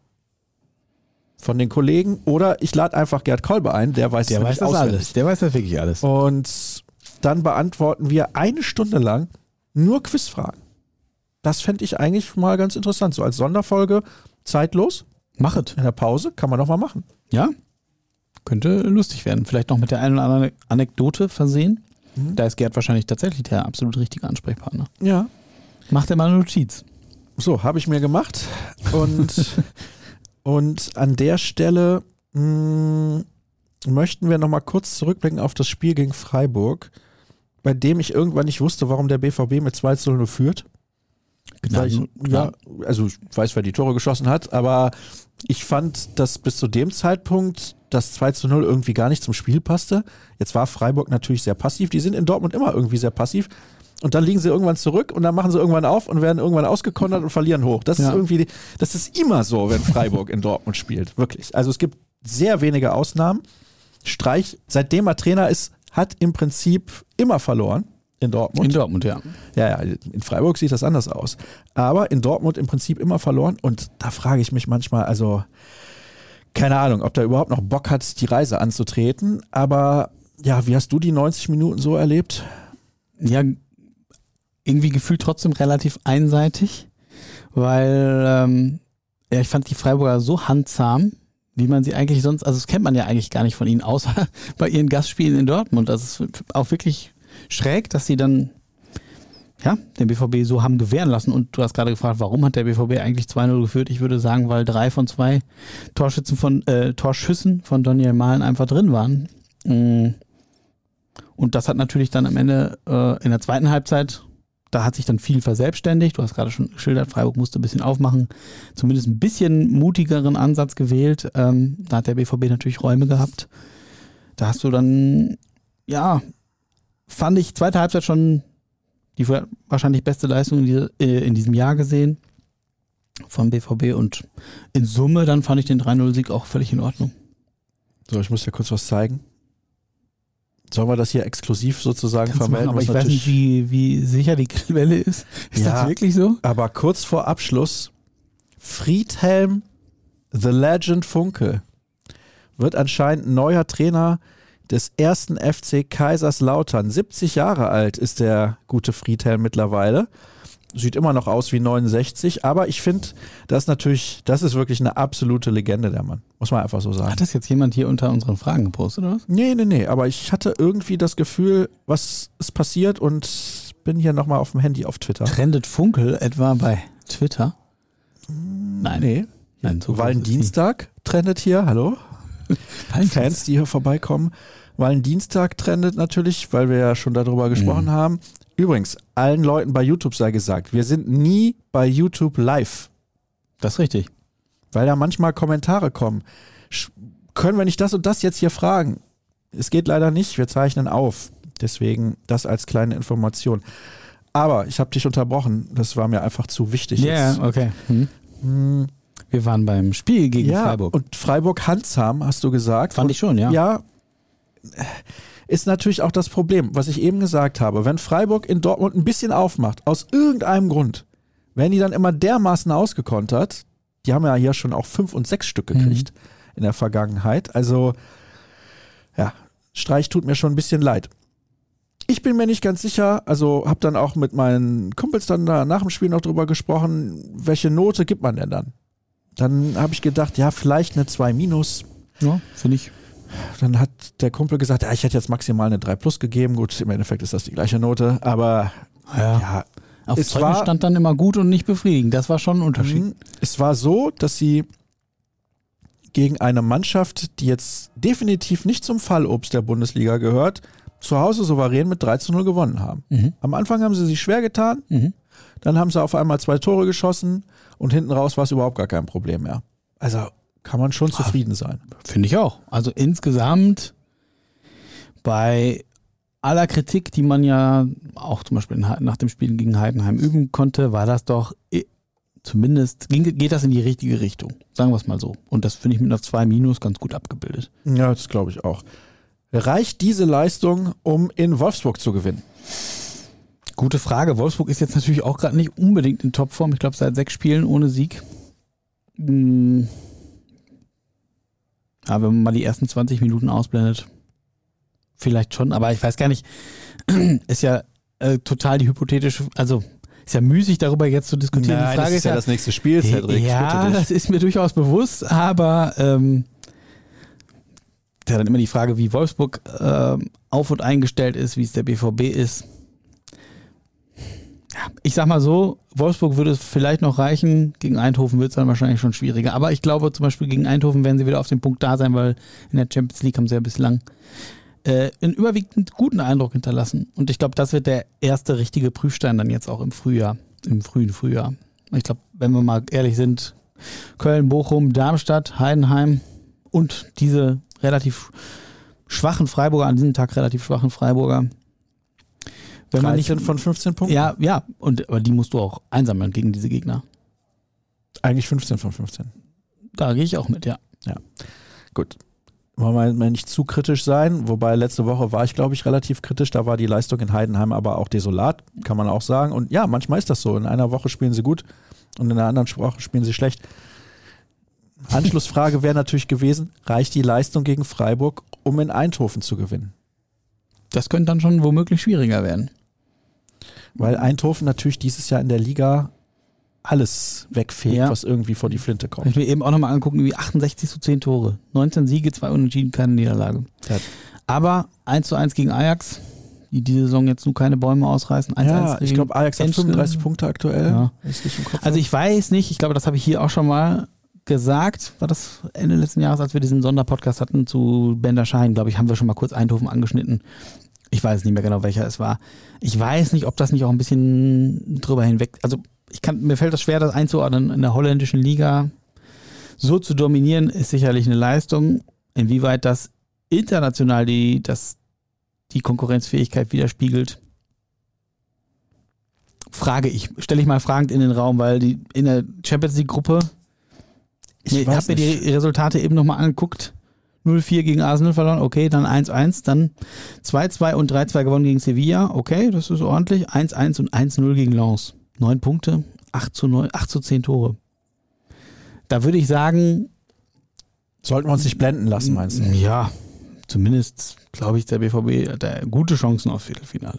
Von den Kollegen. Oder ich lade einfach Gerd Kolbe ein, der weiß Der es weiß nämlich das auswendig. alles. Der weiß das wirklich alles. Und dann beantworten wir eine Stunde lang nur Quizfragen. Das fände ich eigentlich mal ganz interessant. So als Sonderfolge, zeitlos, Machet. in der Pause, kann man doch mal machen. Ja? Könnte lustig werden. Vielleicht noch mit der einen oder anderen Anekdote versehen. Mhm. Da ist Gerd wahrscheinlich tatsächlich der absolut richtige Ansprechpartner. Ja. Macht er mal eine Notiz. So, habe ich mir gemacht. Und, und an der Stelle mh, möchten wir nochmal kurz zurückblicken auf das Spiel gegen Freiburg, bei dem ich irgendwann nicht wusste, warum der B V B mit zwei zu null führt. Weil ich, ja, also ich weiß, wer die Tore geschossen hat, aber ich fand, dass bis zu dem Zeitpunkt das zwei zu null irgendwie gar nicht zum Spiel passte. Jetzt war Freiburg natürlich sehr passiv. Die sind in Dortmund immer irgendwie sehr passiv. Und dann liegen sie irgendwann zurück und dann machen sie irgendwann auf und werden irgendwann ausgekontert und verlieren hoch. Das Ja. ist irgendwie, das ist immer so, wenn Freiburg in Dortmund spielt. Wirklich. Also es gibt sehr wenige Ausnahmen. Streich, seitdem er Trainer ist, hat im Prinzip immer verloren. In Dortmund. In Dortmund, ja. Ja, ja, in Freiburg sieht das anders aus. Aber in Dortmund im Prinzip immer verloren. Und da frage ich mich manchmal, also keine Ahnung, ob der überhaupt noch Bock hat, die Reise anzutreten. Aber ja, wie hast du die neunzig Minuten so erlebt? Ja, irgendwie gefühlt trotzdem relativ einseitig, weil ähm, ja, ich fand die Freiburger so handzahm, wie man sie eigentlich sonst, also das kennt man ja eigentlich gar nicht von ihnen, außer bei ihren Gastspielen in Dortmund. Das ist auch wirklich schräg, dass sie dann ja, den B V B so haben gewähren lassen. Und du hast gerade gefragt, warum hat der B V B eigentlich zwei null geführt? Ich würde sagen, weil drei von zwei Torschützen von, äh, Torschüssen von Daniel Mahlen einfach drin waren. Und das hat natürlich dann am Ende äh, in der zweiten Halbzeit, da hat sich dann viel verselbstständigt. Du hast gerade schon geschildert, Freiburg musste ein bisschen aufmachen, zumindest ein bisschen mutigeren Ansatz gewählt. Ähm, da hat der B V B natürlich Räume gehabt. Da hast du dann, ja, fand ich zweite Halbzeit schon die wahrscheinlich beste Leistung in, diese, äh, in diesem Jahr gesehen vom B V B. Und in Summe dann fand ich den drei null Sieg auch völlig in Ordnung. So, ich muss dir kurz was zeigen. Sollen wir das hier exklusiv sozusagen Kannst du vermelden? machen, aber Was ich weiß nicht, wie, wie sicher die Quelle ist. Ist Ja. das wirklich so? Aber kurz vor Abschluss, Friedhelm The Legend Funkel wird anscheinend neuer Trainer des ersten F C Kaiserslautern. siebzig Jahre alt ist der gute Friedhelm mittlerweile. Sieht immer noch aus wie neunundsechzig, aber ich finde, das ist natürlich, das ist wirklich eine absolute Legende, der Mann. Muss man einfach so sagen. Hat das jetzt jemand hier unter unseren Fragen gepostet, oder was? Nee, nee, nee, aber ich hatte irgendwie das Gefühl, was ist passiert und bin hier nochmal auf dem Handy auf Twitter. Trendet Funkel etwa bei Twitter? Nein. Nee. Nein, so groß ist Valentinstag trendet hier, hallo? Valentinstag. Fans, die hier vorbeikommen. Valentinstag trendet natürlich, weil wir ja schon darüber gesprochen Mhm. haben. Übrigens, allen Leuten bei YouTube sei gesagt, wir sind nie bei YouTube live, Das ist richtig. weil da manchmal Kommentare kommen. Sch- Können wir nicht das und das jetzt hier fragen? Es geht leider nicht, wir zeichnen auf. Deswegen das als kleine Information. Aber ich habe dich unterbrochen. Das war mir einfach zu wichtig. Ja, jetzt. yeah, okay. Hm. Hm. Wir waren beim Spiel gegen Ja, Freiburg. und Freiburg handsam, hast du gesagt. Fand ich schon, ja. Ja, ist natürlich auch das Problem, was ich eben gesagt habe. Wenn Freiburg in Dortmund ein bisschen aufmacht, aus irgendeinem Grund, werden die dann immer dermaßen ausgekontert. Die haben ja hier schon auch fünf und sechs Stück gekriegt mhm. in der Vergangenheit. Also, ja, Streich tut mir schon ein bisschen leid. Ich bin mir nicht ganz sicher, also habe dann auch mit meinen Kumpels dann da nach dem Spiel noch drüber gesprochen, welche Note gibt man denn dann? Dann habe ich gedacht, ja, vielleicht eine zwei minus. Ja, finde ich. Dann hat der Kumpel gesagt, ja, ich hätte jetzt maximal eine drei plus gegeben. Gut, im Endeffekt ist das die gleiche Note, aber ja, ja auf es Zeugnis war, stand dann immer gut und nicht befriedigend. Das war schon ein Unterschied. Es war so, dass sie gegen eine Mannschaft, die jetzt definitiv nicht zum Fallobst der Bundesliga gehört, zu Hause souverän mit drei zu null gewonnen haben. Mhm. Am Anfang haben sie sich schwer getan, mhm. dann haben sie auf einmal zwei Tore geschossen und hinten raus war es überhaupt gar kein Problem mehr. Also kann man schon zufrieden sein. Finde ich auch. Also insgesamt bei aller Kritik, die man ja auch zum Beispiel nach dem Spiel gegen Heidenheim üben konnte, war das doch zumindest, geht das in die richtige Richtung. Sagen wir es mal so. Und das finde ich mit einer zwei minus ganz gut abgebildet. Ja, das glaube ich auch. Reicht diese Leistung, um in Wolfsburg zu gewinnen? Gute Frage. Wolfsburg ist jetzt natürlich auch gerade nicht unbedingt in Topform. Ich glaube, seit sechs Spielen ohne Sieg. Hm. Ja, wenn man mal die ersten zwanzig Minuten ausblendet, vielleicht schon, aber ich weiß gar nicht, ist ja äh, total die hypothetische, also ist ja müßig darüber jetzt zu diskutieren. Nein, die Frage das ist, ist ja, ja das nächste Spiel, Cedric. Ja, das ist mir durchaus bewusst, aber ähm, ja, dann immer die Frage, wie Wolfsburg äh, auf- und eingestellt ist, wie es der B V B ist. Ja, ich sag mal so, Wolfsburg würde es vielleicht noch reichen, gegen Eindhoven wird es dann wahrscheinlich schon schwieriger. Aber ich glaube zum Beispiel gegen Eindhoven werden sie wieder auf dem Punkt da sein, weil in der Champions League haben sie ja bislang äh, einen überwiegend guten Eindruck hinterlassen. Und ich glaube, das wird der erste richtige Prüfstein dann jetzt auch im Frühjahr, im frühen Frühjahr. Ich glaube, wenn wir mal ehrlich sind, Köln, Bochum, Darmstadt, Heidenheim und diese relativ schwachen Freiburger, an diesem Tag relativ schwachen Freiburger, wenn man nicht von fünfzehn Punkten? Ja, ja, und, aber die musst du auch einsammeln gegen diese Gegner. Eigentlich fünfzehn von fünfzehn. Da gehe ich auch mit, ja. Ja, gut. Wollen wir mal nicht zu kritisch sein, wobei letzte Woche war ich, glaube ich, relativ kritisch. Da war die Leistung in Heidenheim aber auch desolat, kann man auch sagen. Und ja, manchmal ist das so. In einer Woche spielen sie gut und in einer anderen Woche spielen sie schlecht. Anschlussfrage wäre natürlich gewesen, reicht die Leistung gegen Freiburg, um in Eindhoven zu gewinnen? Das könnte dann schon womöglich schwieriger werden. Weil Eindhoven natürlich dieses Jahr in der Liga alles wegfegt, ja, was irgendwie vor die Flinte kommt. Ich will eben auch nochmal angucken, wie achtundsechzig zu zehn Tore. neunzehn Siege, zwei Unentschieden, keine Niederlage. Ja. Aber eins zu eins gegen Ajax, die diese Saison jetzt nur keine Bäume ausreißen. eins ja, ich glaube Ajax hat fünfunddreißig Punkte aktuell. Ja. Ich im Kopf also ich weiß nicht, ich glaube, das habe ich hier auch schon mal gesagt, war das Ende letzten Jahres, als wir diesen Sonderpodcast hatten zu Bender Schein, glaube ich, haben wir schon mal kurz Eindhoven angeschnitten. Ich weiß nicht mehr genau, welcher es war. Ich weiß nicht, ob das nicht auch ein bisschen drüber hinweg, also ich kann, mir fällt das schwer, das einzuordnen. In der holländischen Liga so zu dominieren, ist sicherlich eine Leistung. Inwieweit das international die, das, die Konkurrenzfähigkeit widerspiegelt, frage ich, stelle ich mal fragend in den Raum, weil die in der Champions League Gruppe, ich habe mir die Resultate eben nochmal angeguckt, null vier gegen Arsenal verloren, okay, dann eins eins, dann zwei zwei und drei zwei gewonnen gegen Sevilla, okay, das ist ordentlich, eins eins und eins null gegen Lens. Neun Punkte, acht zu neun, acht zu zehn Tore. Da würde ich sagen, sollten wir uns nicht blenden lassen, meinst du? Ja, zumindest glaube ich, der B V B hat da gute Chancen aufs Viertelfinale.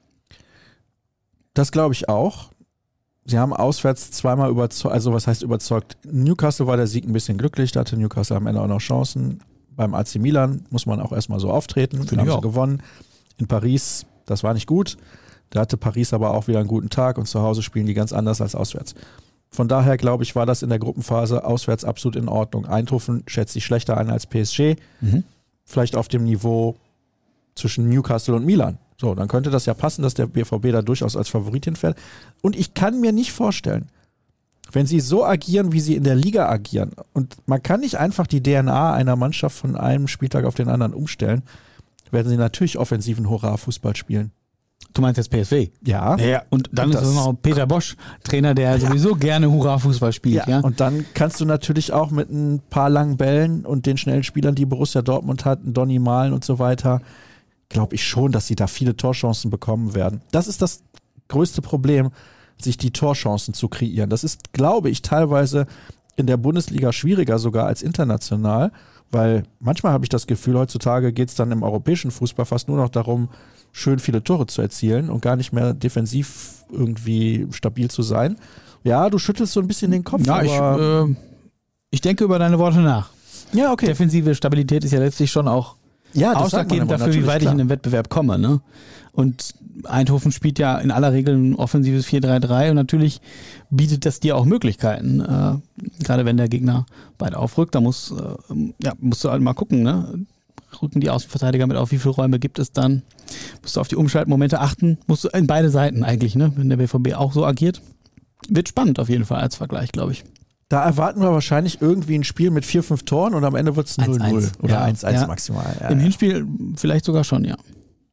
Das glaube ich auch. Sie haben auswärts zweimal überzeugt, also was heißt überzeugt? Newcastle war der Sieg ein bisschen glücklich, da hatte Newcastle am Ende auch noch Chancen. Beim A C Milan muss man auch erstmal so auftreten, da haben sie gewonnen. In Paris, das war nicht gut. Da hatte Paris aber auch wieder einen guten Tag und zu Hause spielen die ganz anders als auswärts. Von daher, glaube ich, war das in der Gruppenphase auswärts absolut in Ordnung. Eindhoven schätzt sich schlechter ein als P S G. Mhm. Vielleicht auf dem Niveau zwischen Newcastle und Milan. So, dann könnte das ja passen, dass der B V B da durchaus als Favorit hinfährt. Und ich kann mir nicht vorstellen, wenn sie so agieren, wie sie in der Liga agieren, und man kann nicht einfach die D N A einer Mannschaft von einem Spieltag auf den anderen umstellen, werden sie natürlich offensiven Hurra-Fußball spielen. Du meinst jetzt P S V? Ja. Ja, und dann Und ist es das- noch Peter Bosch, Trainer, der sowieso gerne Hurra-Fußball spielt. Ja, Ja, und dann kannst du natürlich auch mit ein paar langen Bällen und den schnellen Spielern, die Borussia Dortmund hat, Donny Malen und so weiter, glaube ich schon, dass sie da viele Torchancen bekommen werden. Das ist das größte Problem, sich die Torchancen zu kreieren. Das ist, glaube ich, teilweise in der Bundesliga schwieriger sogar als international, weil manchmal habe ich das Gefühl, heutzutage geht es dann im europäischen Fußball fast nur noch darum, schön viele Tore zu erzielen und gar nicht mehr defensiv irgendwie stabil zu sein. Ja, du schüttelst so ein bisschen den Kopf. ja ich, aber äh, ich denke über deine Worte nach. ja, okay. Defensive Stabilität ist ja letztlich schon auch Ja, das sagt man ausschlaggebend immer, dafür, wie natürlich, weit ich klar. in den Wettbewerb komme. Ne? Und Eindhoven spielt ja in aller Regel ein offensives vier drei drei und natürlich bietet das dir auch Möglichkeiten. Äh, gerade wenn der Gegner weit aufrückt, da muss, äh, ja, musst du halt mal gucken, ne? Rücken die Außenverteidiger mit auf, wie viele Räume gibt es dann? Musst du auf die Umschaltmomente achten, musst du in beide Seiten eigentlich, ne? Wenn der B V B auch so agiert. Wird spannend auf jeden Fall als Vergleich, glaube ich. Da erwarten wir wahrscheinlich irgendwie ein Spiel mit vier, fünf Toren und am Ende wird es null null eins eins. oder Ja, eins eins ja. maximal. Ja, Im ja. Hinspiel vielleicht sogar schon, ja.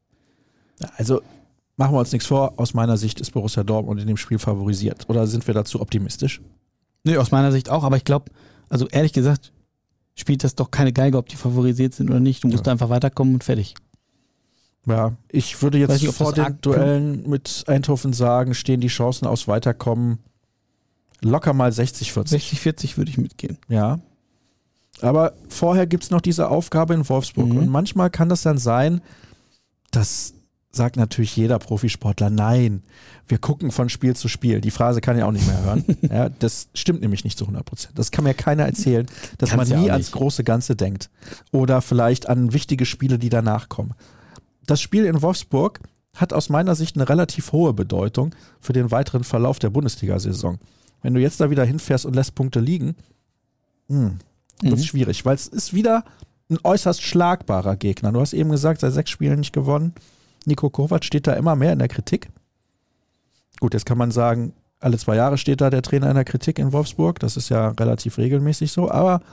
Also machen wir uns nichts vor, aus meiner Sicht ist Borussia Dortmund in dem Spiel favorisiert. Oder sind wir dazu optimistisch? Nee, aus meiner Sicht auch, aber ich glaube, also ehrlich gesagt, spielt das doch keine Geige, ob die favorisiert sind oder nicht. Du musst Ja. einfach weiterkommen und fertig. Ja, ich würde jetzt Weiß nicht, ob vor das den arg- Duellen mit Eindhoven sagen, stehen die Chancen aus Weiterkommen locker mal sechzig vierzig. sechzig vierzig würde ich mitgehen. Ja. Aber vorher gibt es noch diese Aufgabe in Wolfsburg. Mhm. Und manchmal kann das dann sein, das sagt natürlich jeder Profisportler, nein, wir gucken von Spiel zu Spiel. Die Phrase kann ich auch nicht mehr hören. Ja, das stimmt nämlich nicht zu hundert Prozent. Das kann mir keiner erzählen, dass Kannst ja man nie auch ans nicht. große Ganze denkt. Oder vielleicht an wichtige Spiele, die danach kommen. Das Spiel in Wolfsburg hat aus meiner Sicht eine relativ hohe Bedeutung für den weiteren Verlauf der Bundesliga-Saison. Wenn du jetzt da wieder hinfährst und lässt Punkte liegen, hm, wird es Mhm. schwierig, weil es ist wieder ein äußerst schlagbarer Gegner. Du hast eben gesagt, seit sechs Spielen nicht gewonnen. Nico Kovac steht da immer mehr in der Kritik. Gut, jetzt kann man sagen, alle zwei Jahre steht da der Trainer in der Kritik in Wolfsburg. Das ist ja relativ regelmäßig so, aber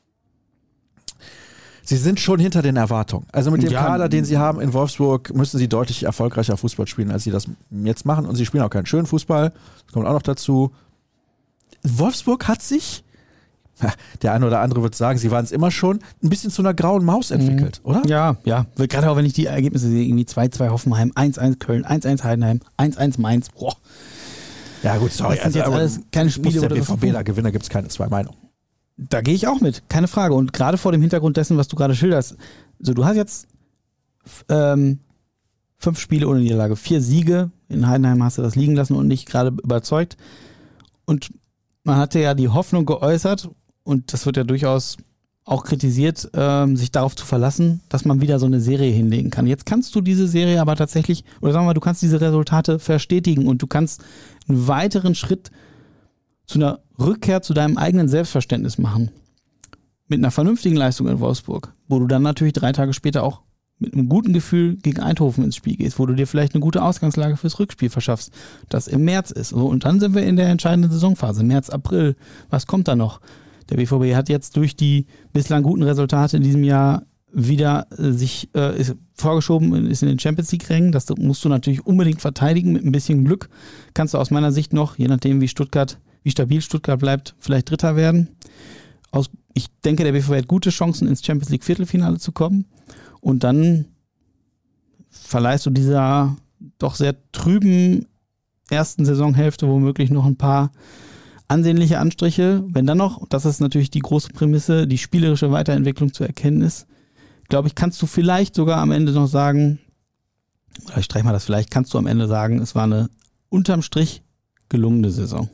sie sind schon hinter den Erwartungen. Also mit dem Ja. Kader, den sie haben in Wolfsburg, müssen sie deutlich erfolgreicher Fußball spielen, als sie das jetzt machen. Und sie spielen auch keinen schönen Fußball. Das kommt auch noch dazu. Wolfsburg hat sich, der eine oder andere wird sagen, sie waren es immer schon, ein bisschen zu einer grauen Maus entwickelt, oder? Ja, ja. Gerade auch wenn ich die Ergebnisse sehe, irgendwie zwei zwei Hoffenheim, eins eins Köln, eins eins Heidenheim, eins eins Mainz. Boah. Ja, gut, sorry. Das sind jetzt alles keine Spiele, muss der wo du B das V B da gewinnen, da gibt es keine zwei Meinungen. Da gehe ich auch mit, keine Frage. Und gerade vor dem Hintergrund dessen, was du gerade schilderst, so du hast jetzt f- ähm, fünf Spiele ohne Niederlage, vier Siege. In Heidenheim hast du das liegen lassen und nicht gerade überzeugt. Und man hatte ja die Hoffnung geäußert, und das wird ja durchaus auch kritisiert, ähm, sich darauf zu verlassen, dass man wieder so eine Serie hinlegen kann. Jetzt kannst du diese Serie aber tatsächlich, oder sagen wir mal, du kannst diese Resultate verstetigen und du kannst einen weiteren Schritt zu einer Rückkehr zu deinem eigenen Selbstverständnis machen. Mit einer vernünftigen Leistung in Wolfsburg, wo du dann natürlich drei Tage später auch mit einem guten Gefühl gegen Eindhoven ins Spiel gehst, wo du dir vielleicht eine gute Ausgangslage fürs Rückspiel verschaffst, das im März ist. So, und dann sind wir in der entscheidenden Saisonphase, März, April. Was kommt da noch? Der B V B hat jetzt durch die bislang guten Resultate in diesem Jahr wieder äh, sich äh, ist vorgeschoben, ist in den Champions League-Rängen. Das musst du natürlich unbedingt verteidigen. Mit ein bisschen Glück kannst du aus meiner Sicht noch, je nachdem wie Stuttgart, wie stabil Stuttgart bleibt, vielleicht Dritter werden. Aus, ich denke, der B V B hat gute Chancen, ins Champions League Viertelfinale zu kommen. Und dann verleihst du dieser doch sehr trüben ersten Saisonhälfte womöglich noch ein paar ansehnliche Anstriche. Wenn dann noch, das ist natürlich die große Prämisse, die spielerische Weiterentwicklung zu erkennen ist, glaube ich, kannst du vielleicht sogar am Ende noch sagen, oder ich streiche mal das, vielleicht kannst du am Ende sagen, es war eine unterm Strich gelungene Saison.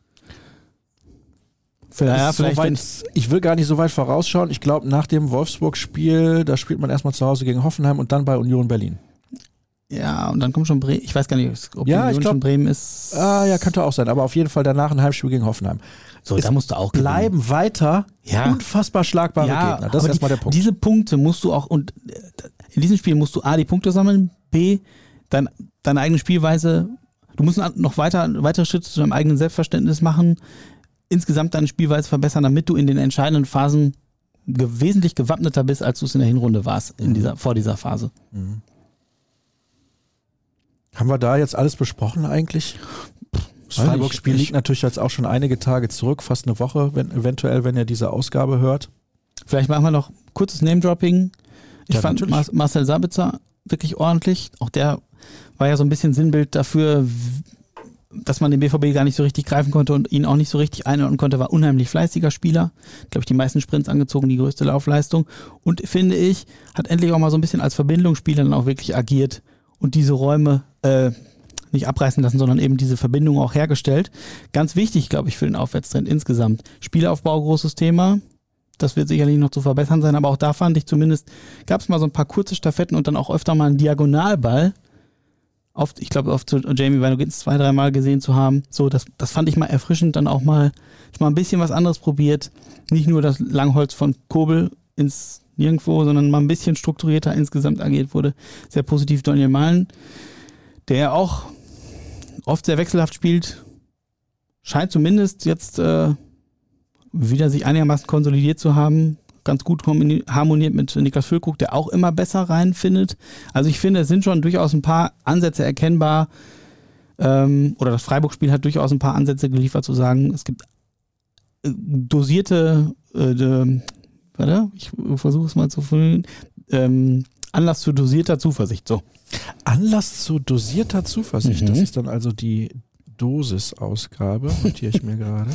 Vielleicht, ja, Ist so vielleicht weit, wenn- ich will gar nicht so weit vorausschauen. Ich glaube, nach dem Wolfsburg-Spiel, da spielt man erstmal zu Hause gegen Hoffenheim und dann bei Union Berlin. ja, und dann kommt schon Bremen. Ich weiß gar nicht, ob Ja, Union ich glaub- schon Bremen ist. Ah, ja, könnte auch sein. Aber auf jeden Fall danach ein Heimspiel gegen Hoffenheim. So, es da musst du auch gewinnen. Bleiben weiter Ja. unfassbar schlagbare Ja, Gegner. Das ist aber erstmal die, der Punkt. Diese Punkte musst du auch, und äh, in diesem Spiel musst du A, die Punkte sammeln, B, dein, deine eigene Spielweise, du musst noch weiter, weitere Schritte zu deinem eigenen Selbstverständnis machen, insgesamt deine Spielweise verbessern, damit du in den entscheidenden Phasen ge wesentlich gewappneter bist, als du es in der Hinrunde warst, in dieser, vor dieser Phase. Mhm. Haben wir da jetzt alles besprochen eigentlich? Das Freiburg-Spiel liegt natürlich jetzt auch schon einige Tage zurück, fast eine Woche, wenn, eventuell, wenn ihr diese Ausgabe hört. Vielleicht machen wir noch kurzes Name-Dropping. Ich Ja, fand natürlich. Mar- Marcel Sabitzer wirklich ordentlich. Auch der war ja so ein bisschen Sinnbild dafür, w- dass man den B V B gar nicht so richtig greifen konnte und ihn auch nicht so richtig einordnen konnte. War unheimlich fleißiger Spieler. Glaube ich, die meisten Sprints angezogen, die größte Laufleistung. Und finde ich, hat endlich auch mal so ein bisschen als Verbindungsspieler dann auch wirklich agiert und diese Räume äh, nicht abreißen lassen, sondern eben diese Verbindung auch hergestellt. Ganz wichtig, glaube ich, für den Aufwärtstrend insgesamt. Spielaufbau, großes Thema. Das wird sicherlich noch zu verbessern sein, aber auch da fand ich zumindest, gab es mal so ein paar kurze Staffetten und dann auch öfter mal einen Diagonalball. Oft, ich glaube, oft zu Jamie Weinogins zwei, dreimal gesehen zu haben. So, das, das fand ich mal erfrischend, dann auch mal, mal ein bisschen was anderes probiert. Nicht nur das Langholz von Kobel ins Nirgendwo, sondern mal ein bisschen strukturierter insgesamt agiert wurde. Sehr positiv Daniel Mahlen, der auch oft sehr wechselhaft spielt, scheint zumindest jetzt äh, wieder sich einigermaßen konsolidiert zu haben, ganz gut harmoniert mit Niklas Füllkrug, der auch immer besser reinfindet. Also ich finde, es sind schon durchaus ein paar Ansätze erkennbar, ähm, oder das Freiburg-Spiel hat durchaus ein paar Ansätze geliefert, zu sagen, es gibt äh, dosierte, äh, de, warte, ich versuche es mal zu finden, ähm, Anlass zu dosierter Zuversicht, so. Anlass zu dosierter Zuversicht. Mhm. Das ist dann also die Dosis-Ausgabe, notiere ich mir gerade.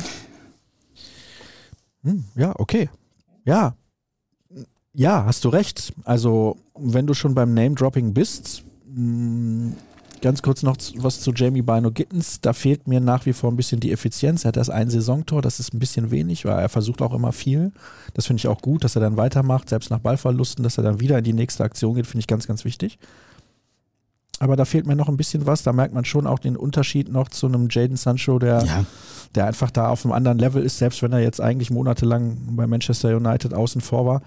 Hm, ja, okay. Ja. Ja, hast du recht. Also, wenn du schon beim Name-Dropping bist, mh, ganz kurz noch was zu Jamie Bino-Gittens. Da fehlt mir nach wie vor ein bisschen die Effizienz. Er hat erst ein Saisontor, das ist ein bisschen wenig, weil er versucht auch immer viel. Das finde ich auch gut, dass er dann weitermacht, selbst nach Ballverlusten, dass er dann wieder in die nächste Aktion geht, finde ich ganz, ganz wichtig. Aber da fehlt mir noch ein bisschen was. Da merkt man schon auch den Unterschied noch zu einem Jadon Sancho, der, Ja. der einfach da auf einem anderen Level ist, selbst wenn er jetzt eigentlich monatelang bei Manchester United außen vor war.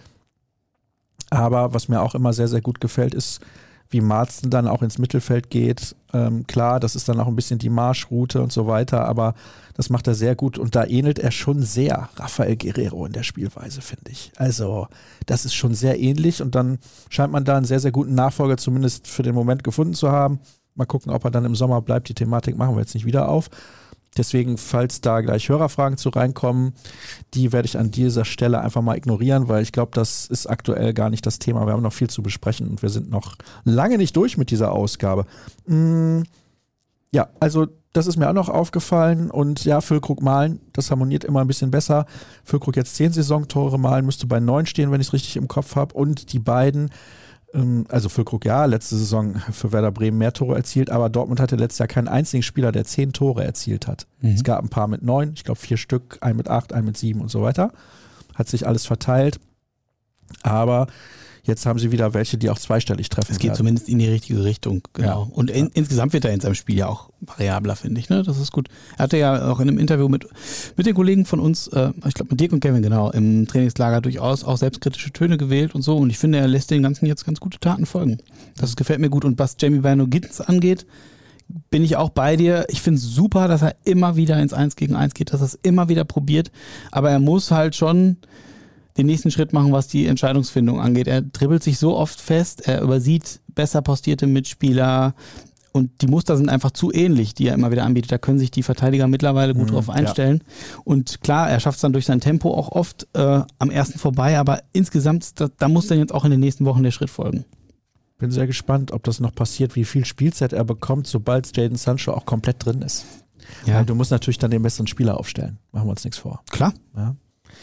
Aber was mir auch immer sehr, sehr gut gefällt, ist, wie Maatsen dann auch ins Mittelfeld geht. Ähm, klar, das ist dann auch ein bisschen die Marschroute und so weiter, aber das macht er sehr gut und da ähnelt er schon sehr Rafael Guerrero in der Spielweise, finde ich. Also das ist schon sehr ähnlich und dann scheint man da einen sehr, sehr guten Nachfolger zumindest für den Moment gefunden zu haben. Mal gucken, ob er dann im Sommer bleibt. Die Thematik machen wir jetzt nicht wieder auf. Deswegen, falls da gleich Hörerfragen zu reinkommen, die werde ich an dieser Stelle einfach mal ignorieren, weil ich glaube, das ist aktuell gar nicht das Thema. Wir haben noch viel zu besprechen und wir sind noch lange nicht durch mit dieser Ausgabe. Mm, ja, also das ist mir auch noch aufgefallen und ja, Füllkrug Mahlen, das harmoniert immer ein bisschen besser. Füllkrug jetzt zehn Saisontore, Mahlen müsste bei neun stehen, wenn ich es richtig im Kopf habe und die beiden, also Füllkrug ja, letzte Saison für Werder Bremen mehr Tore erzielt, aber Dortmund hatte letztes Jahr keinen einzigen Spieler, der zehn Tore erzielt hat. Mhm. Es gab ein paar mit neun, ich glaube vier Stück, ein mit acht, ein mit sieben und so weiter. Hat sich alles verteilt, aber jetzt haben sie wieder welche, die auch zweistellig treffen. Es geht werden. Zumindest in die richtige Richtung, genau. Ja. Und in, ja. insgesamt wird er in seinem Spiel ja auch variabler, finde ich. Ne? Das ist gut. Er hatte ja auch in einem Interview mit, mit den Kollegen von uns, äh, ich glaube mit Dirk und Kevin, genau, im Trainingslager durchaus auch selbstkritische Töne gewählt und so. Und ich finde, er lässt den Ganzen jetzt ganz gute Taten folgen. Das gefällt mir gut. Und was Jamie Bino-Gittens angeht, bin ich auch bei dir. Ich finde es super, dass er immer wieder ins eins gegen eins geht, dass er es immer wieder probiert. Aber er muss halt schon den nächsten Schritt machen, was die Entscheidungsfindung angeht. Er dribbelt sich so oft fest, er übersieht besser postierte Mitspieler und die Muster sind einfach zu ähnlich, die er immer wieder anbietet. Da können sich die Verteidiger mittlerweile gut Mhm, drauf einstellen. Ja. Und klar, er schafft es dann durch sein Tempo auch oft äh, am ersten vorbei, aber insgesamt, da, da muss dann jetzt auch in den nächsten Wochen der Schritt folgen. Bin sehr gespannt, ob das noch passiert, wie viel Spielzeit er bekommt, sobald Jadon Sancho auch komplett drin ist. Ja. Weil du musst natürlich dann den besseren Spieler aufstellen. Machen wir uns nichts vor. Klar. Ja.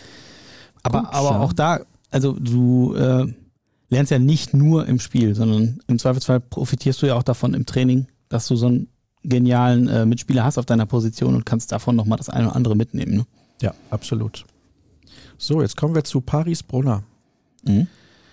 Aber, Gut, aber ja. auch da, also du äh, lernst ja nicht nur im Spiel, sondern im Zweifelsfall profitierst du ja auch davon im Training, dass du so einen genialen äh, Mitspieler hast auf deiner Position und kannst davon nochmal das eine oder andere mitnehmen. Ne? Ja, absolut. So, jetzt kommen wir zu Paris Brunner. Mhm.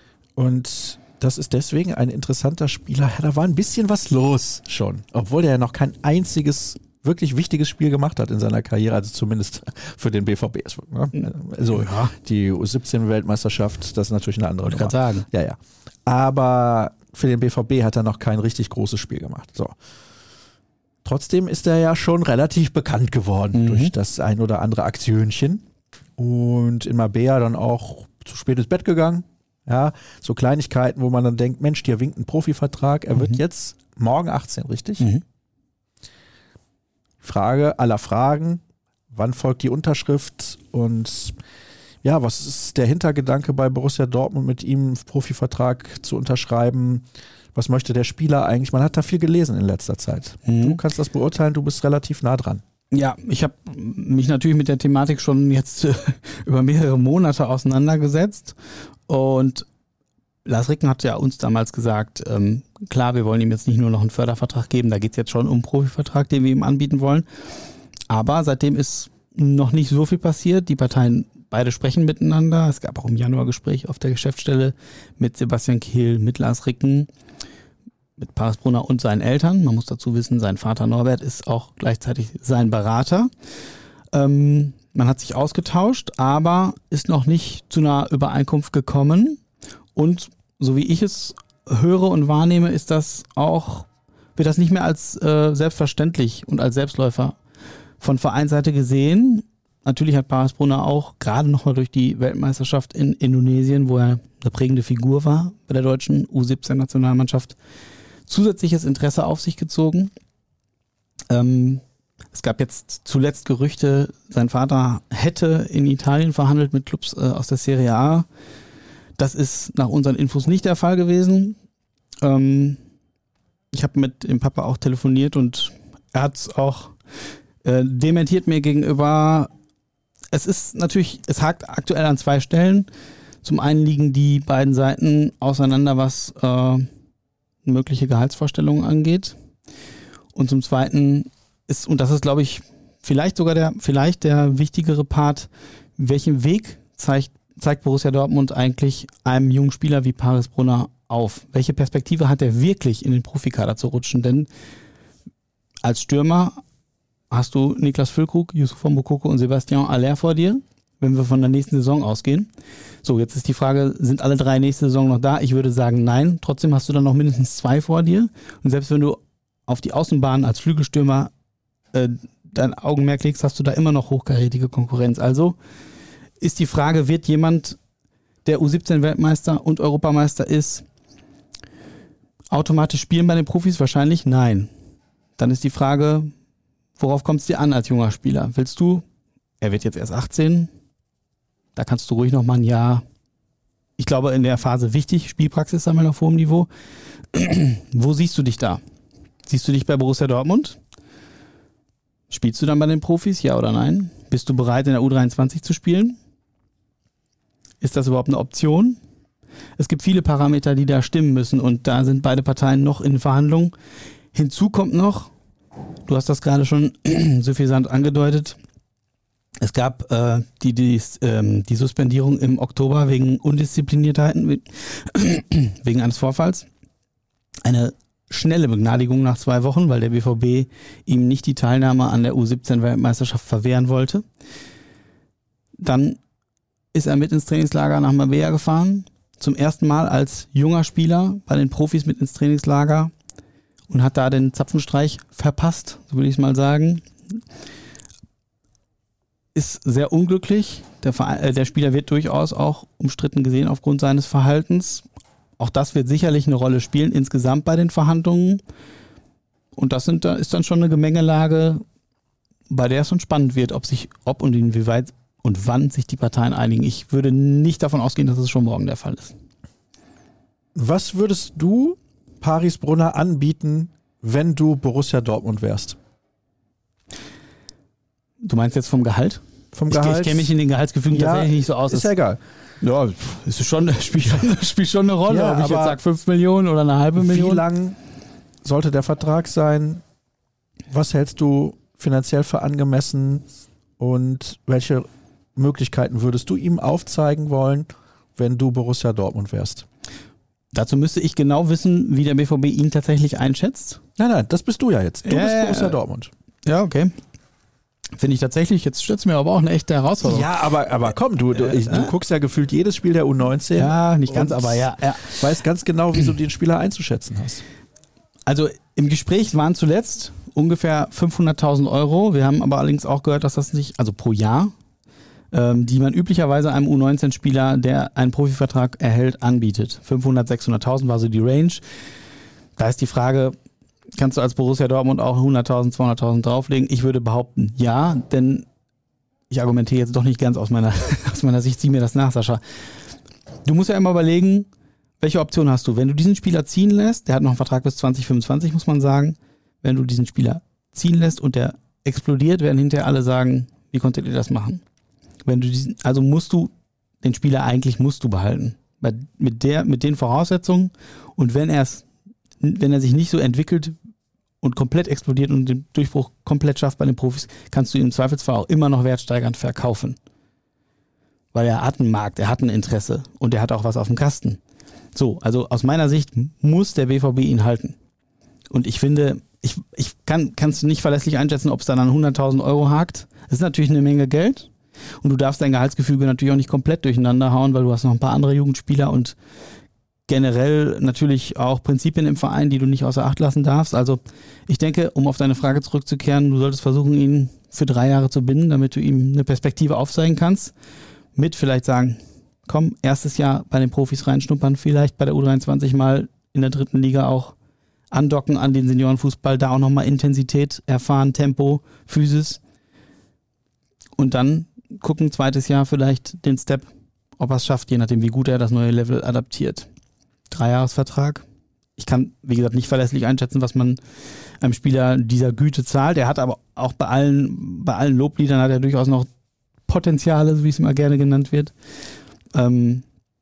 Und das ist deswegen ein interessanter Spieler. Ja, da war ein bisschen was los schon, obwohl der ja noch kein einziges wirklich wichtiges Spiel gemacht hat in seiner Karriere, also zumindest für den B V B. Also ja. Die U siebzehn Weltmeisterschaft, das ist natürlich eine andere Wollte ich gerade sagen. Ja, ja. Aber für den B V B hat er noch kein richtig großes Spiel gemacht. So. Trotzdem ist er ja schon relativ bekannt geworden mhm. durch das ein oder andere Aktionchen und in Marbella dann auch zu spät ins Bett gegangen. Ja, so Kleinigkeiten, wo man dann denkt, Mensch, dir winkt ein Profivertrag, er wird Mhm. jetzt morgen achtzehn, richtig? Mhm. Frage aller Fragen, wann folgt die Unterschrift und ja, was ist der Hintergedanke bei Borussia Dortmund, mit ihm einen Profivertrag zu unterschreiben? Was möchte der Spieler eigentlich? Man hat da viel gelesen in letzter Zeit. Mhm. Du kannst das beurteilen, du bist relativ nah dran. Ja, ich habe mich natürlich mit der Thematik schon jetzt äh, über mehrere Monate auseinandergesetzt und Lars Ricken hat ja uns damals gesagt, ähm, klar, wir wollen ihm jetzt nicht nur noch einen Fördervertrag geben, da geht es jetzt schon um einen Profivertrag, den wir ihm anbieten wollen, aber seitdem ist noch nicht so viel passiert, die Parteien beide sprechen miteinander, es gab auch im Januar Gespräch auf der Geschäftsstelle mit Sebastian Kehl, mit Lars Ricken, mit Paris Brunner und seinen Eltern. Man muss dazu wissen, sein Vater Norbert ist auch gleichzeitig sein Berater. Ähm, man hat sich ausgetauscht, aber ist noch nicht zu einer Übereinkunft gekommen. Und so wie ich es höre und wahrnehme, ist das auch, wird das nicht mehr als äh, selbstverständlich und als Selbstläufer von Vereinsseite gesehen. Natürlich hat Paris Brunner auch gerade nochmal durch die Weltmeisterschaft in Indonesien, wo er eine prägende Figur war bei der deutschen U siebzehn Nationalmannschaft, zusätzliches Interesse auf sich gezogen. Ähm, es gab jetzt zuletzt Gerüchte, sein Vater hätte in Italien verhandelt mit Clubs äh, aus der Serie A. Das ist nach unseren Infos nicht der Fall gewesen. Ähm, ich habe mit dem Papa auch telefoniert und er hat es auch äh, dementiert mir gegenüber. Es ist natürlich, es hakt aktuell an zwei Stellen. Zum einen liegen die beiden Seiten auseinander, was äh, mögliche Gehaltsvorstellungen angeht. Und zum Zweiten ist, und das ist, glaube ich, vielleicht sogar der, vielleicht der wichtigere Part, welchen Weg zeigt, zeigt Borussia Dortmund eigentlich einem jungen Spieler wie Paris Brunner auf? Welche Perspektive hat er wirklich, in den Profikader zu rutschen? Denn als Stürmer hast du Niklas Füllkrug, Youssoupha Moukoko und Sebastian Haller vor dir, wenn wir von der nächsten Saison ausgehen. So, jetzt ist die Frage, sind alle drei nächste Saison noch da? Ich würde sagen, nein. Trotzdem hast du dann noch mindestens zwei vor dir. Und selbst wenn du auf die Außenbahn als Flügelstürmer äh, dein Augenmerk legst, hast du da immer noch hochkarätige Konkurrenz. Also ist die Frage, wird jemand, der U siebzehn Weltmeister und Europameister ist, automatisch spielen bei den Profis? Wahrscheinlich nein. Dann ist die Frage, worauf kommt es dir an als junger Spieler? Willst du, er wird jetzt erst achtzehn, da kannst du ruhig noch mal ein Jahr, ich glaube in der Phase wichtig, Spielpraxis sammeln auf hohem Niveau. Wo siehst du dich da? Siehst du dich bei Borussia Dortmund? Spielst du dann bei den Profis, ja oder nein? Bist du bereit in der U dreiundzwanzig zu spielen? Ist das überhaupt eine Option? Es gibt viele Parameter, die da stimmen müssen und da sind beide Parteien noch in Verhandlungen. Hinzu kommt noch, du hast das gerade schon suffisant angedeutet, es gab äh, die, die, ähm, die Suspendierung im Oktober wegen Undiszipliniertheiten, wegen eines Vorfalls. Eine schnelle Begnadigung nach zwei Wochen, weil der B V B ihm nicht die Teilnahme an der U siebzehn Weltmeisterschaft verwehren wollte. Dann ist er mit ins Trainingslager nach Marbella gefahren, zum ersten Mal als junger Spieler bei den Profis mit ins Trainingslager und hat da den Zapfenstreich verpasst, so will ich es mal sagen. Ist sehr unglücklich. Der, Verein, äh, der Spieler wird durchaus auch umstritten gesehen aufgrund seines Verhaltens. Auch das wird sicherlich eine Rolle spielen insgesamt bei den Verhandlungen. Und das sind, ist dann schon eine Gemengelage, bei der es schon spannend wird, ob sich, ob und inwieweit und wann sich die Parteien einigen. Ich würde nicht davon ausgehen, dass es schon morgen der Fall ist. Was würdest du Paris Brunner anbieten, wenn du Borussia Dortmund wärst? Du meinst jetzt vom Gehalt? Vom Ich, Gehalt? ich kenne mich in den Gehaltsgefügen Ja, tatsächlich nicht so aus. Ist ja egal. Ja, es ist schon, spielt, schon, spielt schon eine Rolle, Ja, ob ich jetzt aber sage fünf Millionen oder eine halbe Million. Wie lang sollte der Vertrag sein? Was hältst du finanziell für angemessen? Und welche Möglichkeiten würdest du ihm aufzeigen wollen, wenn du Borussia Dortmund wärst? Dazu müsste ich genau wissen, wie der B V B ihn tatsächlich einschätzt. Nein, nein, das bist du ja jetzt. Du Ja, bist ja, Borussia ja. Dortmund. Ja, okay. Finde ich tatsächlich, jetzt stellt es mir aber auch eine echte Herausforderung. Ja, aber, aber komm, du, du, ich, du guckst ja gefühlt jedes Spiel der U neunzehn. Ja, nicht ganz, und aber ja, ja. Weißt ganz genau, wie du den Spieler einzuschätzen hast. Also im Gespräch waren zuletzt ungefähr fünfhunderttausend Euro. Wir haben aber allerdings auch gehört, dass das nicht, also pro Jahr, ähm, die man üblicherweise einem U neunzehn-Spieler, der einen Profivertrag erhält, anbietet. fünfhundert, sechshunderttausend war so die Range. Da ist die Frage, kannst du als Borussia Dortmund auch hunderttausend, zweihunderttausend drauflegen? Ich würde behaupten, ja, denn ich argumentiere jetzt doch nicht ganz aus meiner, aus meiner Sicht, zieh mir das nach, Sascha. Du musst ja immer überlegen, welche Option hast du? Wenn du diesen Spieler ziehen lässt, der hat noch einen Vertrag bis zwanzig fünfundzwanzig, muss man sagen, wenn du diesen Spieler ziehen lässt und der explodiert, werden hinterher alle sagen, wie konntet ihr das machen? Wenn du diesen, also musst du, den Spieler eigentlich musst du behalten. Bei, mit, der, mit den Voraussetzungen und wenn er es, wenn er sich nicht so entwickelt und komplett explodiert und den Durchbruch komplett schafft bei den Profis, kannst du ihn im Zweifelsfall auch immer noch wertsteigernd verkaufen. Weil er hat einen Markt, er hat ein Interesse und er hat auch was auf dem Kasten. So, also aus meiner Sicht muss der B V B ihn halten. Und ich finde, ich, ich kann es nicht verlässlich einschätzen, ob es dann an hunderttausend Euro hakt. Das ist natürlich eine Menge Geld. Und du darfst dein Gehaltsgefüge natürlich auch nicht komplett durcheinander hauen, weil du hast noch ein paar andere Jugendspieler und generell natürlich auch Prinzipien im Verein, die du nicht außer Acht lassen darfst. Also ich denke, um auf deine Frage zurückzukehren, du solltest versuchen, ihn für drei Jahre zu binden, damit du ihm eine Perspektive aufzeigen kannst. Mit vielleicht sagen, komm, erstes Jahr bei den Profis reinschnuppern, vielleicht bei der U dreiundzwanzig mal in der dritten Liga auch andocken an den Seniorenfußball, da auch nochmal Intensität erfahren, Tempo, Physis und dann gucken, zweites Jahr vielleicht den Step, ob er es schafft, je nachdem, wie gut er das neue Level adaptiert. Dreijahresvertrag. Ich kann, wie gesagt, nicht verlässlich einschätzen, was man einem Spieler dieser Güte zahlt. Er hat aber auch bei allen, bei allen Lobliedern hat er durchaus noch Potenziale, wie es immer gerne genannt wird. Ähm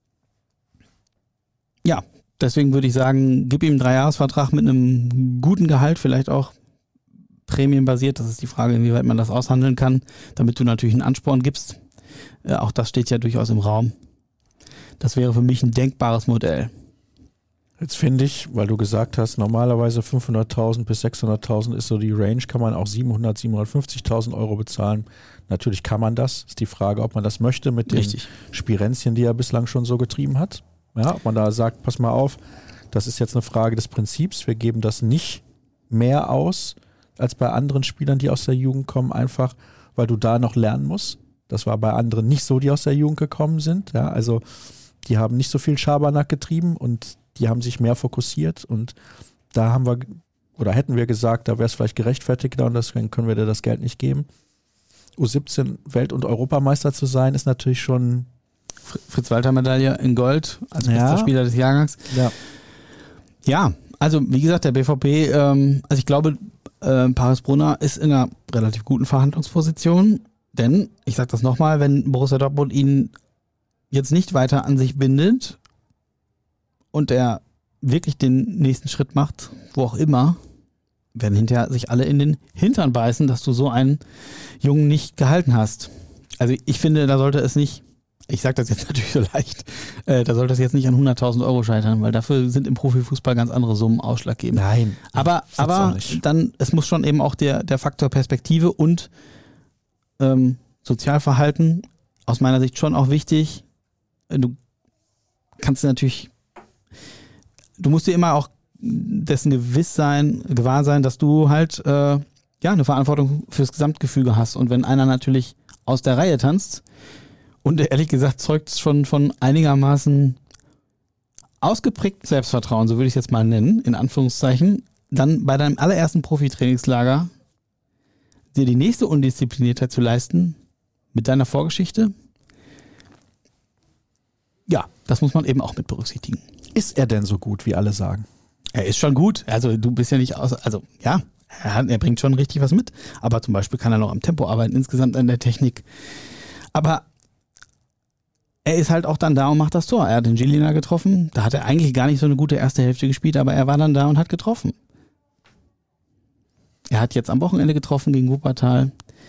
ja, deswegen würde ich sagen, gib ihm einen Dreijahresvertrag mit einem guten Gehalt, vielleicht auch prämienbasiert. Das ist die Frage, inwieweit man das aushandeln kann, damit du natürlich einen Ansporn gibst. Äh, auch das steht ja durchaus im Raum. Das wäre für mich ein denkbares Modell. Jetzt finde ich, weil du gesagt hast, normalerweise fünfhunderttausend bis sechshunderttausend ist so die Range, kann man auch siebenhundert, siebenhundertfünfzigtausend Euro bezahlen. Natürlich kann man das. Ist die Frage, ob man das möchte mit den Richtig. Spirenzchen, die er bislang schon so getrieben hat. Ja, ob man da sagt, pass mal auf, das ist jetzt eine Frage des Prinzips. Wir geben das nicht mehr aus als bei anderen Spielern, die aus der Jugend kommen, einfach weil du da noch lernen musst. Das war bei anderen nicht so, die aus der Jugend gekommen sind. Ja, also die haben nicht so viel Schabernack getrieben und die haben sich mehr fokussiert und da haben wir oder hätten wir gesagt, da wäre es vielleicht gerechtfertigter und deswegen können wir dir das Geld nicht geben. U siebzehn Welt- und Europameister zu sein, ist natürlich schon Fritz-Walter-Medaille in Gold als bester ja. Spieler des Jahrgangs. Ja. Ja, also wie gesagt, der B V B, ähm, also ich glaube, äh, Paris Brunner ist in einer relativ guten Verhandlungsposition, denn, ich sage das nochmal, wenn Borussia Dortmund ihn jetzt nicht weiter an sich bindet und er wirklich den nächsten Schritt macht, wo auch immer, werden hinterher sich alle in den Hintern beißen, dass du so einen Jungen nicht gehalten hast. Also ich finde, da sollte es nicht, ich sage das jetzt natürlich so leicht, äh, da sollte es jetzt nicht an hunderttausend Euro scheitern, weil dafür sind im Profifußball ganz andere Summen ausschlaggebend. Nein. Aber, aber dann, es muss schon eben auch der, der Faktor Perspektive und ähm, Sozialverhalten aus meiner Sicht schon auch wichtig. Du kannst natürlich, du musst dir immer auch dessen gewiss sein, gewahr sein, dass du halt äh, ja eine Verantwortung fürs Gesamtgefüge hast. Und wenn einer natürlich aus der Reihe tanzt, und ehrlich gesagt zeugt es schon von einigermaßen ausgeprägtem Selbstvertrauen, so würde ich es jetzt mal nennen, in Anführungszeichen, dann bei deinem allerersten Profitrainingslager dir die nächste Undiszipliniertheit zu leisten mit deiner Vorgeschichte, ja, das muss man eben auch mit berücksichtigen. Ist er denn so gut, wie alle sagen? Er ist schon gut. Also du bist ja nicht aus, also ja, er, hat, er bringt schon richtig was mit. Aber zum Beispiel kann er noch am Tempo arbeiten, insgesamt an der Technik. Aber er ist halt auch dann da und macht das Tor. Er hat den Gilina getroffen. Da hat er eigentlich gar nicht so eine gute erste Hälfte gespielt, aber er war dann da und hat getroffen. Er hat jetzt am Wochenende getroffen gegen Wuppertal.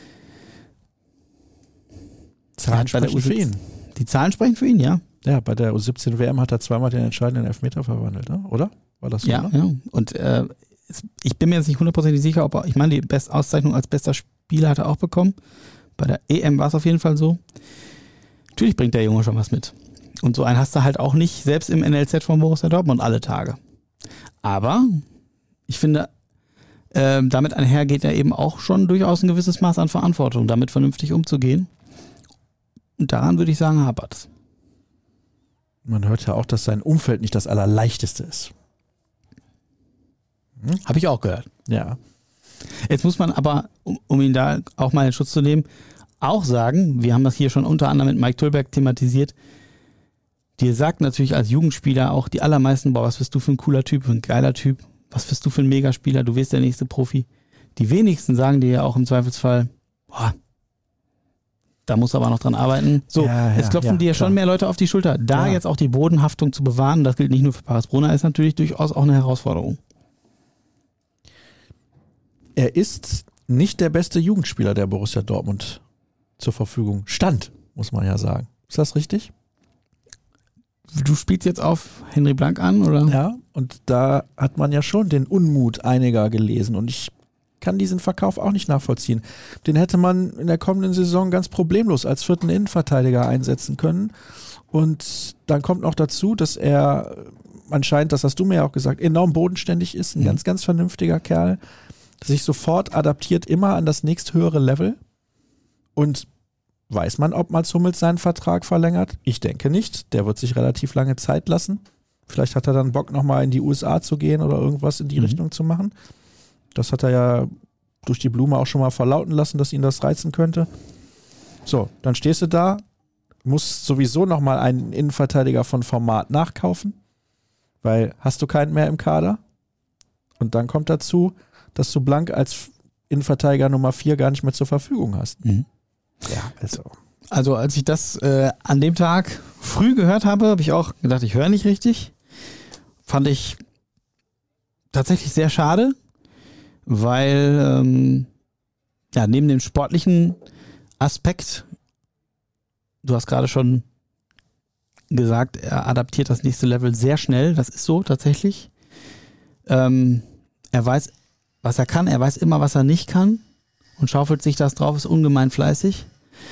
Zahlen sprechen für ihn. Die Zahlen sprechen für ihn, ja. Ja, bei der U siebzehn W M hat er zweimal den entscheidenden Elfmeter verwandelt, ne? Oder? War das so? Ja, oder? ja. Und äh, ich bin mir jetzt nicht hundertprozentig sicher, ob er, ich meine, die Best Auszeichnung als bester Spieler hat er auch bekommen. Bei der E M war es auf jeden Fall so. Natürlich bringt der Junge schon was mit. Und so einen hast du halt auch nicht, selbst im N L Z von Borussia Dortmund alle Tage. Aber ich finde, äh, damit einher geht ja eben auch schon durchaus ein gewisses Maß an Verantwortung, damit vernünftig umzugehen. Und daran würde ich sagen, hapert es. Man hört ja auch, dass sein Umfeld nicht das Allerleichteste ist. Hm? Habe ich auch gehört. Ja. Jetzt muss man aber, um, um ihn da auch mal in Schutz zu nehmen, auch sagen, wir haben das hier schon unter anderem mit Mike Tüllberg thematisiert, dir sagt natürlich als Jugendspieler auch die allermeisten, boah, was bist du für ein cooler Typ, für ein geiler Typ, was bist du für ein Megaspieler, du wirst der nächste Profi. Die wenigsten sagen dir ja auch im Zweifelsfall, boah, da muss aber noch dran arbeiten. So, ja, ja, jetzt klopfen ja, dir ja schon mehr Leute auf die Schulter. Da ja. jetzt auch die Bodenhaftung zu bewahren, das gilt nicht nur für Paris Brunner, ist natürlich durchaus auch eine Herausforderung. Er ist nicht der beste Jugendspieler, der Borussia Dortmund zur Verfügung stand, muss man ja sagen. Ist das richtig? Du spielst jetzt auf Henry Blank an, oder? Ja, und da hat man ja schon den Unmut einiger gelesen und ich kann diesen Verkauf auch nicht nachvollziehen. Den hätte man in der kommenden Saison ganz problemlos als vierten Innenverteidiger einsetzen können. Und dann kommt noch dazu, dass er anscheinend, das hast du mir ja auch gesagt, enorm bodenständig ist, ein mhm. ganz, ganz vernünftiger Kerl, sich sofort adaptiert immer an das nächsthöhere Level. Und weiß man, ob Mats Hummels seinen Vertrag verlängert? Ich denke nicht. Der wird sich relativ lange Zeit lassen. Vielleicht hat er dann Bock, nochmal in die U S A zu gehen oder irgendwas in die mhm. Richtung zu machen. Das hat er ja durch die Blume auch schon mal verlauten lassen, dass ihn das reizen könnte. So, dann stehst du da, musst sowieso nochmal einen Innenverteidiger von Format nachkaufen, weil hast du keinen mehr im Kader. Und dann kommt dazu, dass du Blank als Innenverteidiger Nummer vier gar nicht mehr zur Verfügung hast. Mhm. Ja, also. Also als ich das äh, an dem Tag früh gehört habe, habe ich auch gedacht, ich höre nicht richtig. Fand ich tatsächlich sehr schade, weil ähm, ja, neben dem sportlichen Aspekt, du hast gerade schon gesagt, er adaptiert das nächste Level sehr schnell, das ist so tatsächlich. Ähm, er weiß, was er kann, er weiß immer, was er nicht kann und schaufelt sich das drauf, ist ungemein fleißig.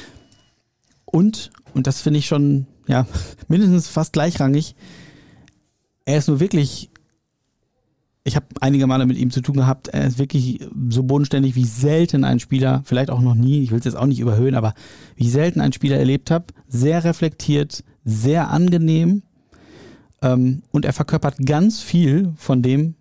Und, und das finde ich schon ja, mindestens fast gleichrangig, er ist nur wirklich, ich habe einige Male mit ihm zu tun gehabt, er ist wirklich so bodenständig wie selten ein Spieler, vielleicht auch noch nie, ich will es jetzt auch nicht überhöhen, aber wie selten ein Spieler erlebt habe, sehr reflektiert, sehr angenehm ähm, und er verkörpert ganz viel von dem,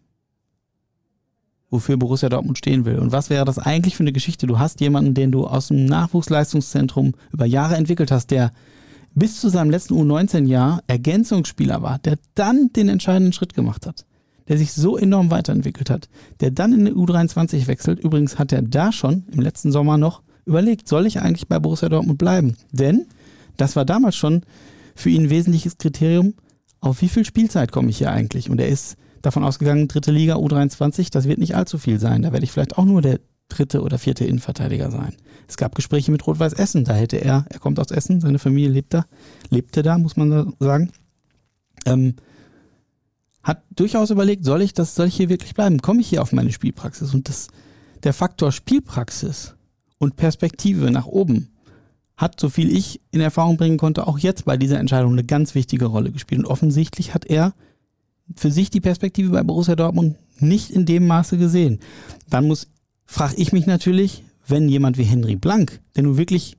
wofür Borussia Dortmund stehen will. Und was wäre das eigentlich für eine Geschichte? Du hast jemanden, den du aus dem Nachwuchsleistungszentrum über Jahre entwickelt hast, der bis zu seinem letzten U neunzehn Jahr Ergänzungsspieler war, der dann den entscheidenden Schritt gemacht hat, der sich so enorm weiterentwickelt hat, der dann in die U dreiundzwanzig wechselt. Übrigens hat er da schon im letzten Sommer noch überlegt, soll ich eigentlich bei Borussia Dortmund bleiben? Denn das war damals schon für ihn ein wesentliches Kriterium, auf wie viel Spielzeit komme ich hier eigentlich? Und er ist davon ausgegangen, dritte Liga, U dreiundzwanzig, das wird nicht allzu viel sein. Da werde ich vielleicht auch nur der dritte oder vierte Innenverteidiger sein. Es gab Gespräche mit Rot-Weiß Essen, da hätte er, er kommt aus Essen, seine Familie lebt da, lebte da, muss man da sagen, ähm, hat durchaus überlegt, soll ich das, soll ich hier wirklich bleiben? Komme ich hier auf meine Spielpraxis? Und das, der Faktor Spielpraxis und Perspektive nach oben hat, so viel ich in Erfahrung bringen konnte, auch jetzt bei dieser Entscheidung eine ganz wichtige Rolle gespielt. Und offensichtlich hat er für sich die Perspektive bei Borussia Dortmund nicht in dem Maße gesehen. Dann muss, frage ich mich natürlich, wenn jemand wie Henry Blank, der nun wirklich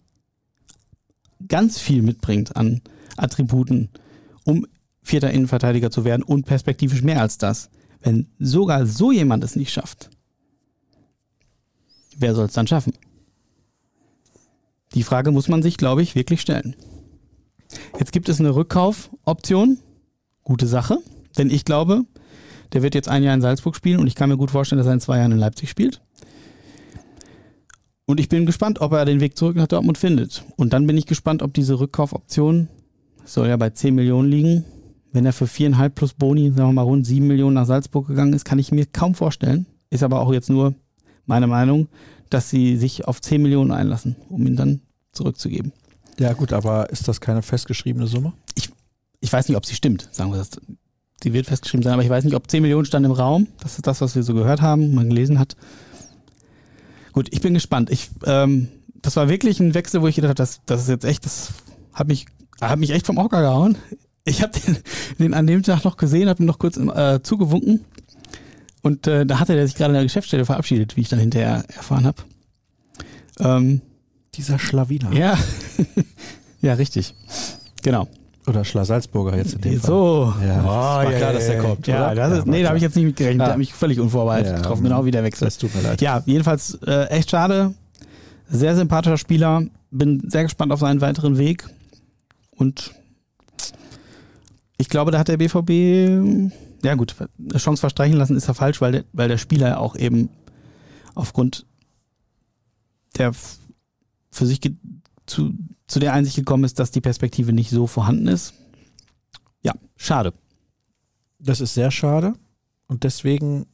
ganz viel mitbringt an Attributen, um vierter Innenverteidiger zu werden und perspektivisch mehr als das, wenn sogar so jemand es nicht schafft, wer soll es dann schaffen? Die Frage muss man sich, glaube ich, wirklich stellen. Jetzt gibt es eine Rückkaufoption, gute Sache. Denn ich glaube, der wird jetzt ein Jahr in Salzburg spielen und ich kann mir gut vorstellen, dass er in zwei Jahren in Leipzig spielt. Und ich bin gespannt, ob er den Weg zurück nach Dortmund findet. Und dann bin ich gespannt, ob diese Rückkaufoption, soll ja bei zehn Millionen liegen, wenn er für viereinhalb plus Boni, sagen wir mal rund sieben Millionen nach Salzburg gegangen ist, kann ich mir kaum vorstellen. Ist aber auch jetzt nur meine Meinung, dass sie sich auf zehn Millionen einlassen, um ihn dann zurückzugeben. Ja gut, aber ist das keine festgeschriebene Summe? Ich, ich weiß nicht, ob sie stimmt, sagen wir das. Die wird festgeschrieben sein, aber ich weiß nicht, ob zehn Millionen stand im Raum. Das ist das, was wir so gehört haben, man gelesen hat. Gut, ich bin gespannt. Ich, ähm, das war wirklich ein Wechsel, wo ich gedacht habe, das, das ist jetzt echt, das hat mich, hat mich echt vom Hocker gehauen. Ich habe den, den an dem Tag noch gesehen, habe ihm noch kurz äh, zugewunken und äh, da hatte der sich gerade in der Geschäftsstelle verabschiedet, wie ich dann hinterher erfahren habe. Ähm, Dieser Schlawiner. Ja, Ja, richtig. Genau. Oder Schla-Salzburger jetzt in dem Fall. So. Ja, oh, war ja, klar, ja, dass der ja, kommt, Ja, oder? das Ja, ist, nee, war da habe ich jetzt nicht mitgerechnet. Ah. Da habe ich völlig unvorbereitet Ja, getroffen. Genau wie der Wechsel. Das tut mir leid. Ja, jedenfalls äh, echt schade. Sehr sympathischer Spieler. Bin sehr gespannt auf seinen weiteren Weg. Und ich glaube, da hat der B V B, ja gut, eine Chance verstreichen lassen ist ja falsch, weil der, weil der Spieler auch eben aufgrund der f- für sich ge- zu, zu der Einsicht gekommen ist, dass die Perspektive nicht so vorhanden ist. Ja, schade. Das ist sehr schade. Und deswegen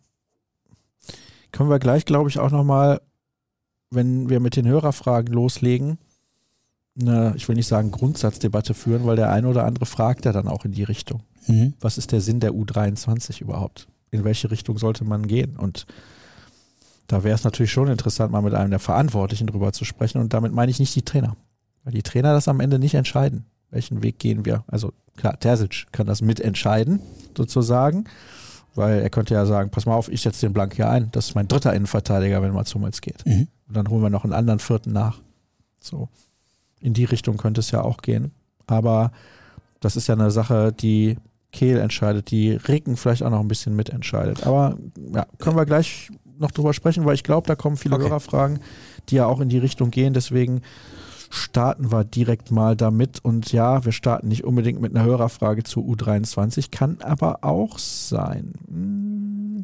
können wir gleich, glaube ich, auch nochmal, wenn wir mit den Hörerfragen loslegen, eine, ich will nicht sagen Grundsatzdebatte führen, weil der eine oder andere fragt ja dann auch in die Richtung. Mhm. Was ist der Sinn der U dreiundzwanzig überhaupt? In welche Richtung sollte man gehen? Und da wäre es natürlich schon interessant, mal mit einem der Verantwortlichen drüber zu sprechen. Und damit meine ich nicht die Trainer. Weil die Trainer das am Ende nicht entscheiden. Welchen Weg gehen wir? Also klar, Terzic kann das mitentscheiden, sozusagen. Weil er könnte ja sagen, pass mal auf, ich setze den Blank hier ein. Das ist mein dritter Innenverteidiger, wenn Mats Hummels geht. Mhm. Und dann holen wir noch einen anderen vierten nach. So. In die Richtung könnte es ja auch gehen. Aber das ist ja eine Sache, die Kehl entscheidet, die Ricken vielleicht auch noch ein bisschen mitentscheidet. Aber ja, können wir gleich noch drüber sprechen, weil ich glaube, da kommen viele Okay. Hörerfragen, die ja auch in die Richtung gehen. Deswegen starten wir direkt mal damit. Und ja, wir starten nicht unbedingt mit einer Hörerfrage zur U dreiundzwanzig, kann aber auch sein. Hm.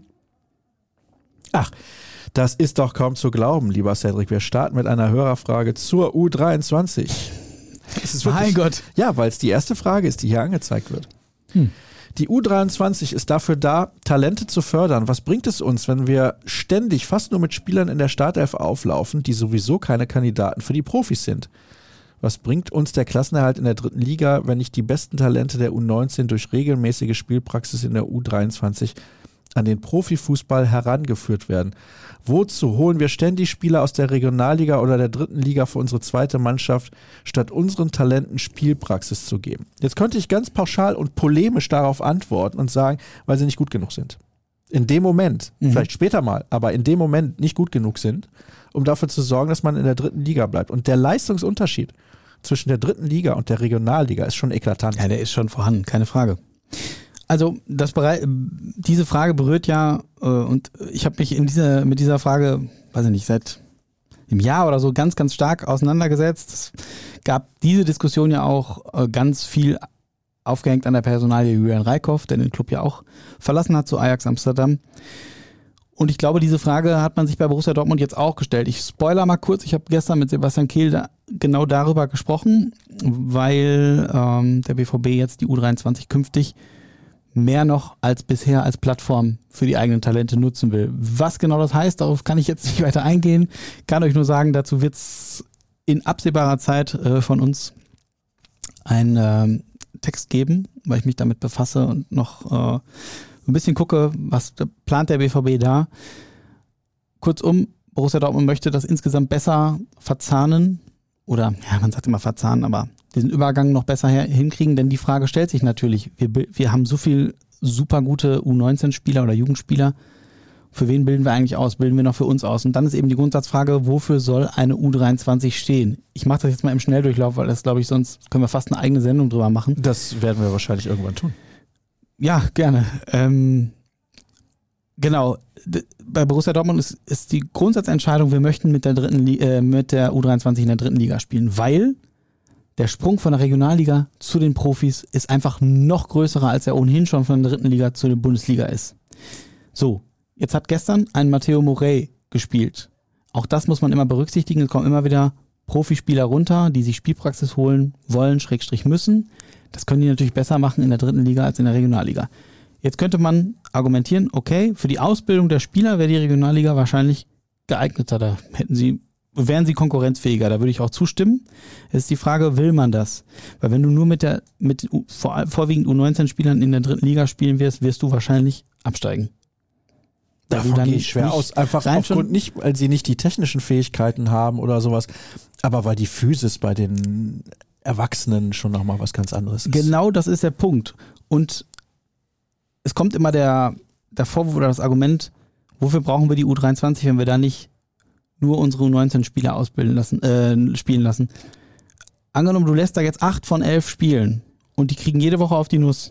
Ach, das ist doch kaum zu glauben, lieber Cedric. Wir starten mit einer Hörerfrage zur U dreiundzwanzig. Es ist Mein wirklich, Gott. ja, weil es die erste Frage ist, die hier angezeigt wird. Hm. Die U dreiundzwanzig ist dafür da, Talente zu fördern. Was bringt es uns, wenn wir ständig fast nur mit Spielern in der Startelf auflaufen, die sowieso keine Kandidaten für die Profis sind? Was bringt uns der Klassenerhalt in der dritten Liga, wenn nicht die besten Talente der U neunzehn durch regelmäßige Spielpraxis in der U dreiundzwanzig an den Profifußball herangeführt werden? Wozu holen wir ständig Spieler aus der Regionalliga oder der dritten Liga für unsere zweite Mannschaft, statt unseren Talenten Spielpraxis zu geben? Jetzt könnte ich ganz pauschal und polemisch darauf antworten und sagen, weil sie nicht gut genug sind. In dem Moment, Mhm. vielleicht später mal, aber in dem Moment nicht gut genug sind, um dafür zu sorgen, dass man in der dritten Liga bleibt. Und der Leistungsunterschied zwischen der dritten Liga und der Regionalliga ist schon eklatant. Ja, der ist schon vorhanden, keine Frage. Also das berei- diese Frage berührt ja, äh, und ich habe mich in dieser, mit dieser Frage, weiß ich nicht, seit einem Jahr oder so ganz, ganz stark auseinandergesetzt. Es gab diese Diskussion ja auch äh, ganz viel aufgehängt an der Personalie Julian Reikhoff, der den Club ja auch verlassen hat zu Ajax Amsterdam. Und ich glaube, diese Frage hat man sich bei Borussia Dortmund jetzt auch gestellt. Ich spoiler mal kurz, ich habe gestern mit Sebastian Kehl da genau darüber gesprochen, weil ähm, der B V B jetzt die U dreiundzwanzig künftig mehr noch als bisher als Plattform für die eigenen Talente nutzen will. Was genau das heißt, darauf kann ich jetzt nicht weiter eingehen. Kann euch nur sagen, dazu wird es in absehbarer Zeit äh, von uns einen ähm, Text geben, weil ich mich damit befasse und noch äh, ein bisschen gucke, was plant der B V B da. Kurzum, Borussia Dortmund möchte das insgesamt besser verzahnen oder, ja, man sagt immer verzahnen, aber diesen Übergang noch besser her- hinkriegen, denn die Frage stellt sich natürlich, wir, bi- wir haben so viel super gute U neunzehn Spieler oder Jugendspieler, für wen bilden wir eigentlich aus? Bilden wir noch für uns aus? Und dann ist eben die Grundsatzfrage, wofür soll eine U dreiundzwanzig stehen? Ich mache das jetzt mal im Schnelldurchlauf, weil das, glaube ich, sonst können wir fast eine eigene Sendung drüber machen. Das werden wir wahrscheinlich irgendwann tun. Ja, gerne. Ähm, genau. D- Bei Borussia Dortmund ist, ist die Grundsatzentscheidung, wir möchten mit der dritten Li- äh, mit der U dreiundzwanzig in der dritten Liga spielen, weil der Sprung von der Regionalliga zu den Profis ist einfach noch größerer, als er ohnehin schon von der dritten Liga zu der Bundesliga ist. So, jetzt hat gestern ein Matteo Morey gespielt. Auch das muss man immer berücksichtigen. Es kommen immer wieder Profispieler runter, die sich Spielpraxis holen wollen, Schrägstrich müssen. Das können die natürlich besser machen in der dritten Liga als in der Regionalliga. Jetzt könnte man argumentieren, okay, für die Ausbildung der Spieler wäre die Regionalliga wahrscheinlich geeigneter. Da hätten sie, wären sie konkurrenzfähiger. Da würde ich auch zustimmen. Es ist die Frage, will man das? Weil wenn du nur mit der mit U- vor, vorwiegend U neunzehn Spielern in der dritten Liga spielen wirst, wirst du wahrscheinlich absteigen. Weil du Davon dann gehe ich schwer nicht aus. Einfach rein aufgrund schon- nicht, weil sie nicht die technischen Fähigkeiten haben oder sowas, aber weil die Physis bei den Erwachsenen schon nochmal was ganz anderes ist. Genau, das ist der Punkt. Und es kommt immer der, der Vorwurf oder das Argument, wofür brauchen wir die U dreiundzwanzig, wenn wir da nicht nur unsere U neunzehn Spieler ausbilden lassen, äh, spielen lassen. angenommen, du lässt da jetzt acht von elf spielen und die kriegen jede Woche auf die Nuss.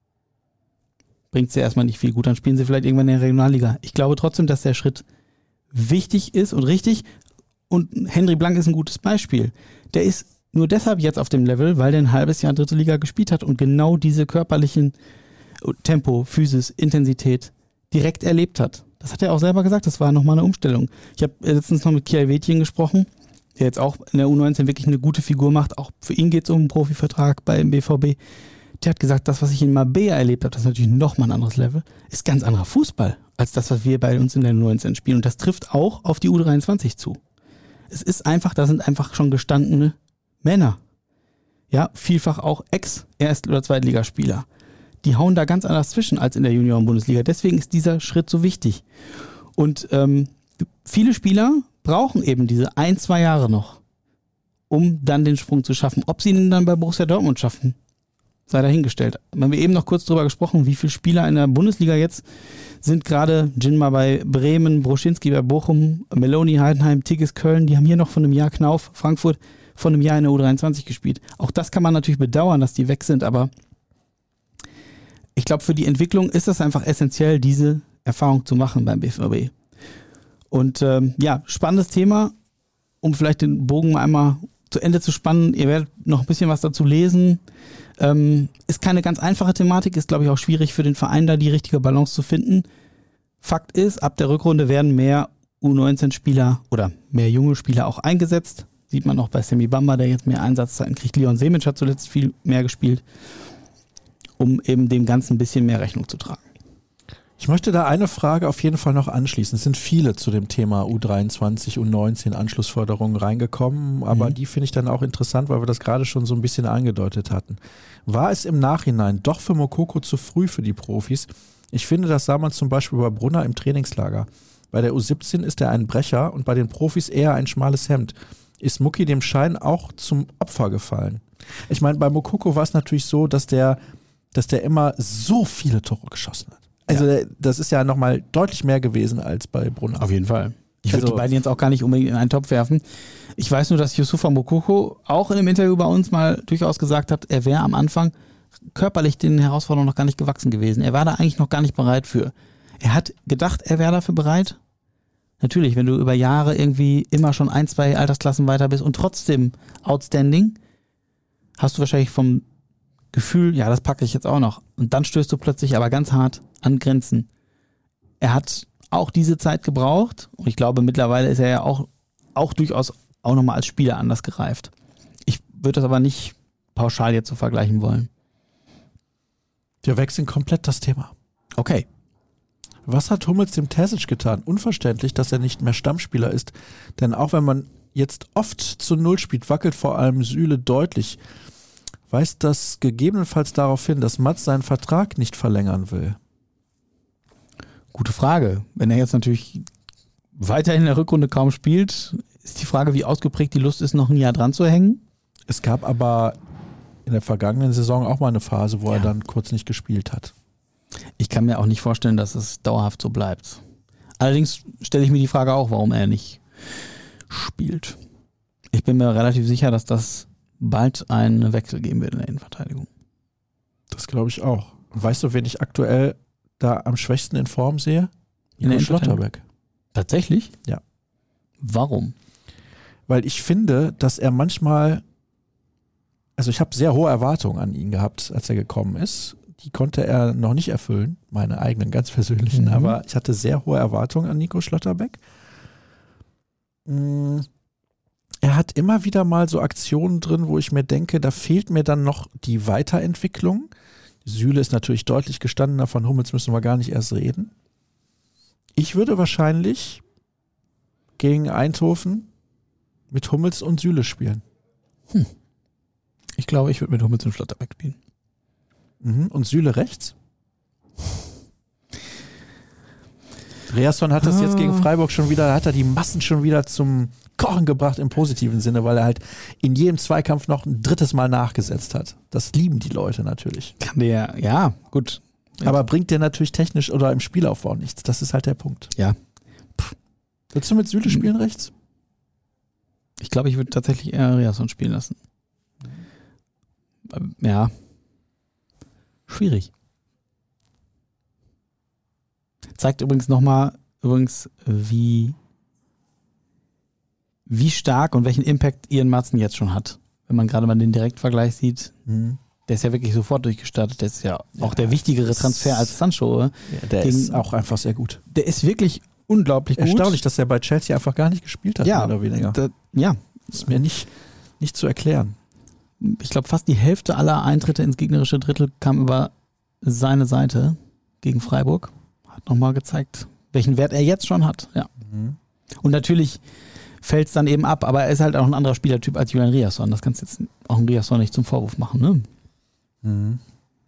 Bringt sie erstmal nicht viel gut, dann spielen sie vielleicht irgendwann in der Regionalliga. Ich glaube trotzdem, dass der Schritt wichtig ist und richtig. Und Henry Blank ist ein gutes Beispiel. Der ist nur deshalb jetzt auf dem Level, weil der ein halbes Jahr dritte Liga gespielt hat und genau diese körperlichen Tempo, Physis, Intensität direkt erlebt hat. Das hat er auch selber gesagt, das war nochmal eine Umstellung. Ich habe letztens noch mit Kiel Wädchen gesprochen, der jetzt auch in der U neunzehn wirklich eine gute Figur macht. Auch für ihn geht es um einen Profivertrag beim B V B. Der hat gesagt, das, was ich in Marbella erlebt habe, das ist natürlich nochmal ein anderes Level, ist ganz anderer Fußball als das, was wir bei uns in der U neunzehn spielen. Und das trifft auch auf die U dreiundzwanzig zu. Es ist einfach, da sind einfach schon gestandene Männer. Ja, vielfach auch Ex-Erst- oder Zweitligaspieler. Die hauen da ganz anders zwischen als in der Junioren-Bundesliga. Deswegen ist dieser Schritt so wichtig. Und ähm, viele Spieler brauchen eben diese ein, zwei Jahre noch, um dann den Sprung zu schaffen. Ob sie ihn dann bei Borussia Dortmund schaffen, sei dahingestellt. Wir haben eben noch kurz drüber gesprochen, wie viele Spieler in der Bundesliga jetzt sind gerade Jinma bei Bremen, Broschinski bei Bochum, Meloni Heidenheim, Tigges Köln, die haben hier noch von einem Jahr Knauf, Frankfurt von einem Jahr in der U dreiundzwanzig gespielt. Auch das kann man natürlich bedauern, dass die weg sind, aber ich glaube, für die Entwicklung ist es einfach essentiell, diese Erfahrung zu machen beim B V B. Und ähm, ja, spannendes Thema, um vielleicht den Bogen mal einmal zu Ende zu spannen. Ihr werdet noch ein bisschen was dazu lesen. Ähm, ist keine ganz einfache Thematik, ist, glaube ich, auch schwierig für den Verein, da die richtige Balance zu finden. Fakt ist, ab der Rückrunde werden mehr U neunzehn Spieler oder mehr junge Spieler auch eingesetzt. Sieht man auch bei Semi Bamba, der jetzt mehr Einsatzzeiten kriegt. Leon Semic hat zuletzt viel mehr gespielt, um eben dem Ganzen ein bisschen mehr Rechnung zu tragen. Ich möchte da eine Frage auf jeden Fall noch anschließen. Es sind viele zu dem Thema U dreiundzwanzig, U neunzehn Anschlussförderung reingekommen, aber mhm. die finde ich dann auch interessant, weil wir das gerade schon so ein bisschen angedeutet hatten. War es im Nachhinein doch für Moukoko zu früh für die Profis? Ich finde, das sah man zum Beispiel bei Brunner im Trainingslager. Bei der U siebzehn ist er ein Brecher und bei den Profis eher ein schmales Hemd. Ist Mucki dem Schein auch zum Opfer gefallen? Ich meine, bei Moukoko war es natürlich so, dass der, dass der immer so viele Tore geschossen hat. Also ja. das ist ja nochmal deutlich mehr gewesen als bei Brunner. Auf jeden Fall. Ich Also, würde die beiden jetzt auch gar nicht unbedingt in einen Topf werfen. Ich weiß nur, dass Youssoufa Moukoko auch in einem Interview bei uns mal durchaus gesagt hat, er wäre am Anfang körperlich den Herausforderungen noch gar nicht gewachsen gewesen. Er war da eigentlich noch gar nicht bereit für. Er hat gedacht, er wäre dafür bereit. Natürlich, wenn du über Jahre irgendwie immer schon ein, zwei Altersklassen weiter bist und trotzdem outstanding, hast du wahrscheinlich vom Gefühl, ja, das packe ich jetzt auch noch. Und dann stößt du plötzlich aber ganz hart an Grenzen. Er hat auch diese Zeit gebraucht und ich glaube, mittlerweile ist er ja auch, auch durchaus auch nochmal als Spieler anders gereift. Ich würde das aber nicht pauschal jetzt so vergleichen wollen. Wir wechseln komplett das Thema. Okay. Was hat Hummels dem Terzic getan? Unverständlich, dass er nicht mehr Stammspieler ist. Denn auch wenn man jetzt oft zu Null spielt, wackelt vor allem Süle deutlich. Weist das gegebenenfalls darauf hin, dass Mats seinen Vertrag nicht verlängern will? Gute Frage. Wenn er jetzt natürlich weiterhin in der Rückrunde kaum spielt, ist die Frage, wie ausgeprägt die Lust ist, noch ein Jahr dran zu hängen. Es gab aber in der vergangenen Saison auch mal eine Phase, wo ja. er dann kurz nicht gespielt hat. Ich kann mir auch nicht vorstellen, dass es dauerhaft so bleibt. Allerdings stelle ich mir die Frage auch, warum er nicht spielt. Ich bin mir relativ sicher, dass das bald einen Wechsel geben wird in der Innenverteidigung. Das glaube ich auch. Und weißt du, wen ich aktuell da am schwächsten in Form sehe? In der Schlotterbeck. Tatsächlich? Ja. Warum? Weil ich finde, dass er manchmal, also ich habe sehr hohe Erwartungen an ihn gehabt, als er gekommen ist. Die konnte er noch nicht erfüllen, meine eigenen ganz persönlichen, mhm. aber ich hatte sehr hohe Erwartungen an Nico Schlotterbeck. Er hat immer wieder mal so Aktionen drin, wo ich mir denke, da fehlt mir dann noch die Weiterentwicklung. Süle ist natürlich deutlich gestandener, von Hummels müssen wir gar nicht erst reden. Ich würde wahrscheinlich gegen Eindhoven mit Hummels und Süle spielen. Hm. Ich glaube, ich würde mit Hummels und Schlotterbeck spielen. Mhm. Und Süle rechts? Reasson hat das ah. jetzt gegen Freiburg schon wieder, hat er die Massen schon wieder zum Kochen gebracht im positiven Sinne, weil er halt in jedem Zweikampf noch ein drittes Mal nachgesetzt hat. Das lieben die Leute natürlich. Kann der, ja, gut. Aber bringt der natürlich technisch oder im Spielaufbau nichts. Das ist halt der Punkt. Ja. Pff. Willst du mit Süle spielen rechts? Ich glaube, ich würde tatsächlich eher Reasson spielen lassen. ja, schwierig. Zeigt übrigens nochmal, übrigens, wie, wie stark und welchen Impact Ian Maatsen jetzt schon hat. Wenn man gerade mal den Direktvergleich sieht, mhm. der ist ja wirklich sofort durchgestartet. Der ist ja auch ja, der wichtigere Transfer als Sancho. Ja, der gegen, ist auch einfach sehr gut. Der ist wirklich unglaublich gut. Erstaunlich, dass er bei Chelsea einfach gar nicht gespielt hat, ja, mehr oder weniger. Da, ja. Das ist mir nicht, nicht zu erklären. Ich glaube, fast die Hälfte aller Eintritte ins gegnerische Drittel kam über seine Seite gegen Freiburg. Hat nochmal gezeigt, welchen Wert er jetzt schon hat. Ja. Mhm. Und natürlich fällt es dann eben ab, aber er ist halt auch ein anderer Spielertyp als Julian Riasson. Das kannst du jetzt auch ein Riasson nicht zum Vorwurf machen, ne? Mhm.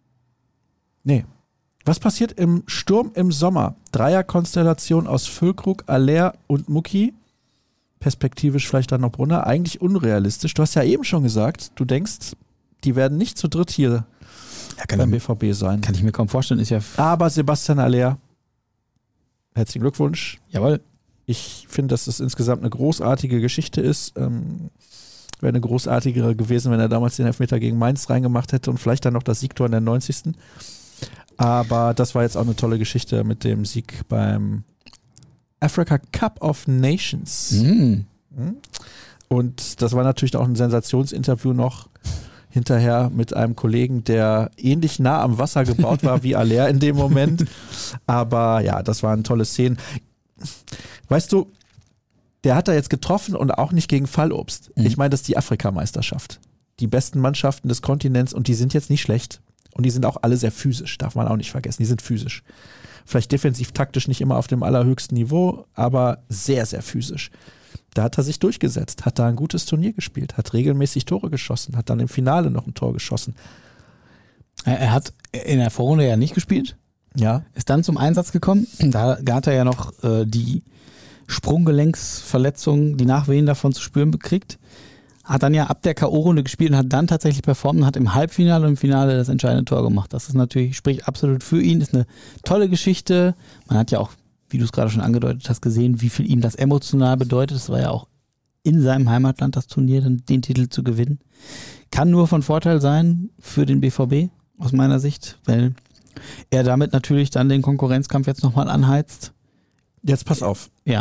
Nee. Was passiert im Sturm im Sommer? Dreierkonstellation aus Füllkrug, Aller und Mucki. Perspektivisch vielleicht dann noch Brunner. Eigentlich unrealistisch. Du hast ja eben schon gesagt, du denkst, die werden nicht zu dritt hier ja, kann beim B V B sein. Kann ich mir kaum vorstellen. Ist ja Aber Sebastian Aller, herzlichen Glückwunsch. Jawohl. Ich finde, dass es insgesamt eine großartige Geschichte ist. Ähm, wäre eine großartigere gewesen, wenn er damals den Elfmeter gegen Mainz reingemacht hätte und vielleicht dann noch das Siegtor in der neunzigsten Aber das war jetzt auch eine tolle Geschichte mit dem Sieg beim Africa Cup of Nations. Mhm. Und das war natürlich auch ein Sensationsinterview noch hinterher mit einem Kollegen, der ähnlich nah am Wasser gebaut war wie Aller in dem Moment. Aber ja, das waren tolle Szenen. Weißt du, der hat da jetzt getroffen und auch nicht gegen Fallobst. Mhm. Ich meine, das ist die Afrikameisterschaft. Die besten Mannschaften des Kontinents und die sind jetzt nicht schlecht. Und die sind auch alle sehr physisch, darf man auch nicht vergessen. Die sind physisch. Vielleicht defensiv, taktisch nicht immer auf dem allerhöchsten Niveau, aber sehr, sehr physisch. Da hat er sich durchgesetzt, hat da ein gutes Turnier gespielt, hat regelmäßig Tore geschossen, hat dann im Finale noch ein Tor geschossen. Er hat in der Vorrunde ja nicht gespielt. Ja. Ist dann zum Einsatz gekommen. Da hat er ja noch äh, die Sprunggelenksverletzung, die Nachwehen davon zu spüren bekriegt. Hat dann ja ab der K O-Runde gespielt und hat dann tatsächlich performt und hat im Halbfinale und im Finale das entscheidende Tor gemacht. Das ist natürlich, spricht absolut für ihn, ist eine tolle Geschichte. Man hat ja auch, wie du es gerade schon angedeutet hast, gesehen, wie viel ihm das emotional bedeutet. Es war ja auch in seinem Heimatland das Turnier, den, den Titel zu gewinnen. Kann nur von Vorteil sein für den B V B, aus meiner Sicht, weil er damit natürlich dann den Konkurrenzkampf jetzt nochmal anheizt. Jetzt pass auf. Ja.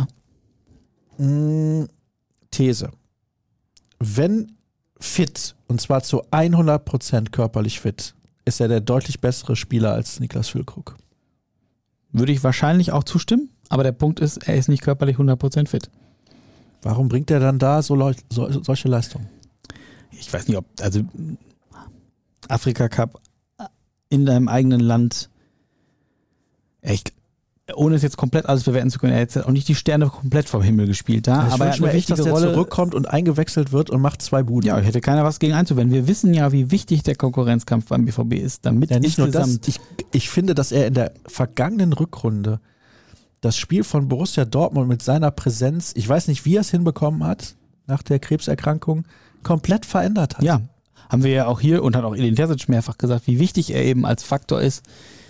Hm, These. Wenn fit, und zwar zu hundert Prozent körperlich fit, ist er der deutlich bessere Spieler als Niklas Füllkrug. Würde ich wahrscheinlich auch zustimmen, aber der Punkt ist, er ist nicht körperlich hundert Prozent fit. Warum bringt er dann da so, leu- so solche Leistungen? Ich weiß nicht, ob, also Afrika Cup in deinem eigenen Land, echt, ohne es jetzt komplett alles bewerten zu können, er hat jetzt auch nicht die Sterne komplett vom Himmel gespielt da, ich aber er hat eine eine wichtige wichtige dass der Rolle. zurückkommt und eingewechselt wird und macht zwei Buden. Ja, hätte keiner was gegen einzuwenden. Wir wissen ja, wie wichtig der Konkurrenzkampf beim B V B ist, damit ja, nicht nur das, insgesamt ich, ich finde, dass er in der vergangenen Rückrunde das Spiel von Borussia Dortmund mit seiner Präsenz, ich weiß nicht, wie er es hinbekommen hat, nach der Krebserkrankung, komplett verändert hat. Ja, haben wir ja auch hier und hat auch Edin Terzic mehrfach gesagt, wie wichtig er eben als Faktor ist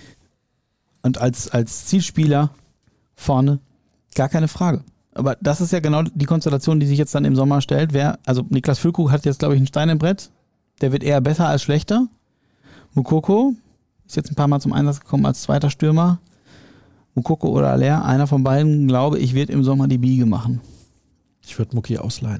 und als, als Zielspieler vorne, gar keine Frage. Aber das ist ja genau die Konstellation, die sich jetzt dann im Sommer stellt. Wer, also Niklas Füllkrug hat jetzt, glaube ich, einen Stein im Brett. Der wird eher besser als schlechter. Moukoko ist jetzt ein paar Mal zum Einsatz gekommen als zweiter Stürmer. Moukoko oder Aller, einer von beiden, glaube ich, wird im Sommer die Biege machen. Ich würde Mucki ausleihen.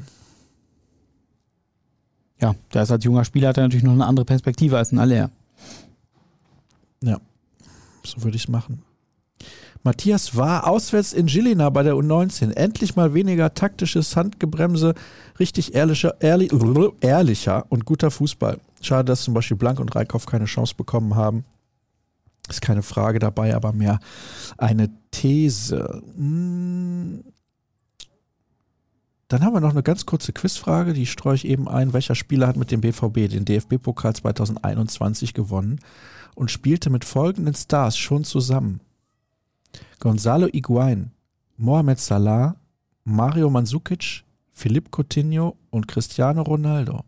Ja, der ist als junger Spieler, hat er natürlich noch eine andere Perspektive als ein Aller. Ja, so würde ich es machen. Matthias war auswärts in Žilina bei der U neunzehn. Endlich mal weniger taktisches Handgebremse, richtig ehrlicher, ehrlich, ehrlicher und guter Fußball. Schade, dass zum Beispiel Blank und Reikhoff keine Chance bekommen haben. Ist keine Frage dabei, aber mehr eine These. Hm. Dann haben wir noch eine ganz kurze Quizfrage, die streue ich eben ein. Welcher Spieler hat mit dem B V B den D F B-Pokal zwanzig einundzwanzig gewonnen und spielte mit folgenden Stars schon zusammen? Gonzalo Higuaín, Mohamed Salah, Mario Mandzukic, Philippe Coutinho und Cristiano Ronaldo.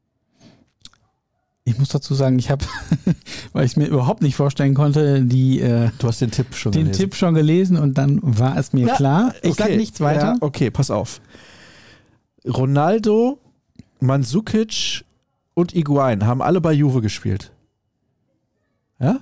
Ich muss dazu sagen, ich habe, weil ich es mir überhaupt nicht vorstellen konnte, die äh, du hast den Tipp schon den gelesen. Tipp schon gelesen und dann war es mir ja, klar. Ich okay. sage nichts weiter. Ja, okay, pass auf. Ronaldo, Mandzukic und Higuaín haben alle bei Juve gespielt. Ja?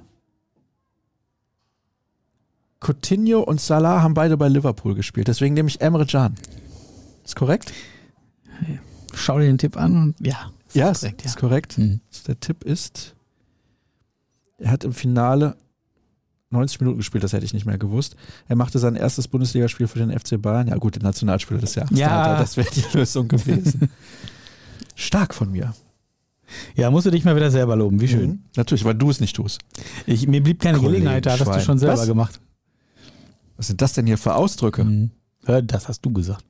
Coutinho und Salah haben beide bei Liverpool gespielt. Deswegen nehme ich Emre Can. Ist korrekt? Schau dir den Tipp an und ja. Ist Ja, korrekt, ist, ist korrekt. Mhm. Der Tipp ist, er hat im Finale neunzig Minuten gespielt, das hätte ich nicht mehr gewusst. Er machte sein erstes Bundesligaspiel für den F C Bayern. Ja gut, den Nationalspieler des Jahres. Ja. Das wäre die Lösung gewesen. Stark von mir. Ja, musst du dich mal wieder selber loben. Wie schön. Mhm. Natürlich, weil du es nicht tust. Ich, mir blieb keine Kollegen Gelegenheit, da hast du Schwein. schon selber Was? gemacht. Was sind das denn hier für Ausdrücke? Mhm. Ja, das hast du gesagt.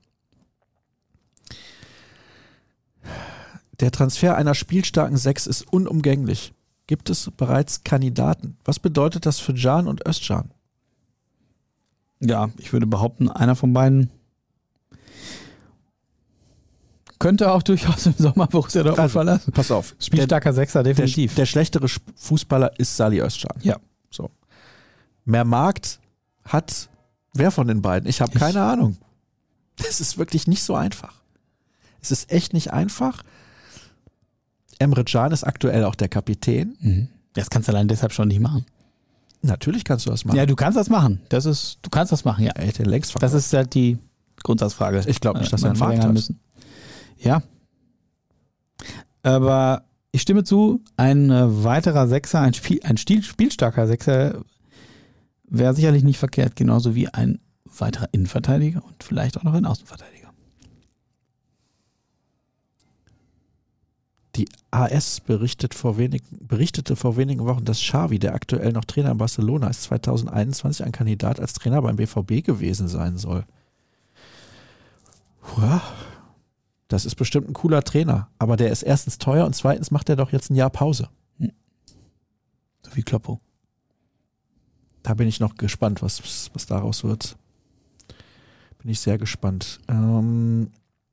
Der Transfer einer spielstarken Sechs ist unumgänglich. Gibt es bereits Kandidaten? Was bedeutet das für Can und Özcan? Ja, ich würde behaupten, einer von beiden könnte auch durchaus im Sommer Borussia Dortmund Also, verlassen. Pass auf. Spielstarker Sechser, Der, definitiv. der schlechtere Sp- Fußballer ist Salih Özcan. Ja. So. Mehr Markt hat wer von den beiden? Ich habe keine Ich- Ahnung. Das ist wirklich nicht so einfach. Es ist echt nicht einfach. Emre Can ist aktuell auch der Kapitän. Mhm. Das kannst du allein deshalb schon nicht machen. Natürlich kannst du das machen. Ja, du kannst das machen. Das ist, du kannst das machen, ja. Er hätte ihn längst verkauft. Das ist halt die Grundsatzfrage. Ich glaube nicht, dass Äh, er einen man Markt verlängern hat. müssen. Ja. Aber ich stimme zu, ein äh, weiterer Sechser, ein, Spiel, ein Stil, spielstarker Sechser wäre sicherlich nicht verkehrt, genauso wie ein weiterer Innenverteidiger und vielleicht auch noch ein Außenverteidiger. Die A S berichtet vor wenig, berichtete vor wenigen Wochen, dass Xavi, der aktuell noch Trainer in Barcelona ist, zwanzig einundzwanzig ein Kandidat als Trainer beim B V B gewesen sein soll. Ja, das ist bestimmt ein cooler Trainer, aber der ist erstens teuer und zweitens macht er doch jetzt ein Jahr Pause. So wie Kloppo. Da bin ich noch gespannt, was, was daraus wird. Bin ich sehr gespannt. Ähm,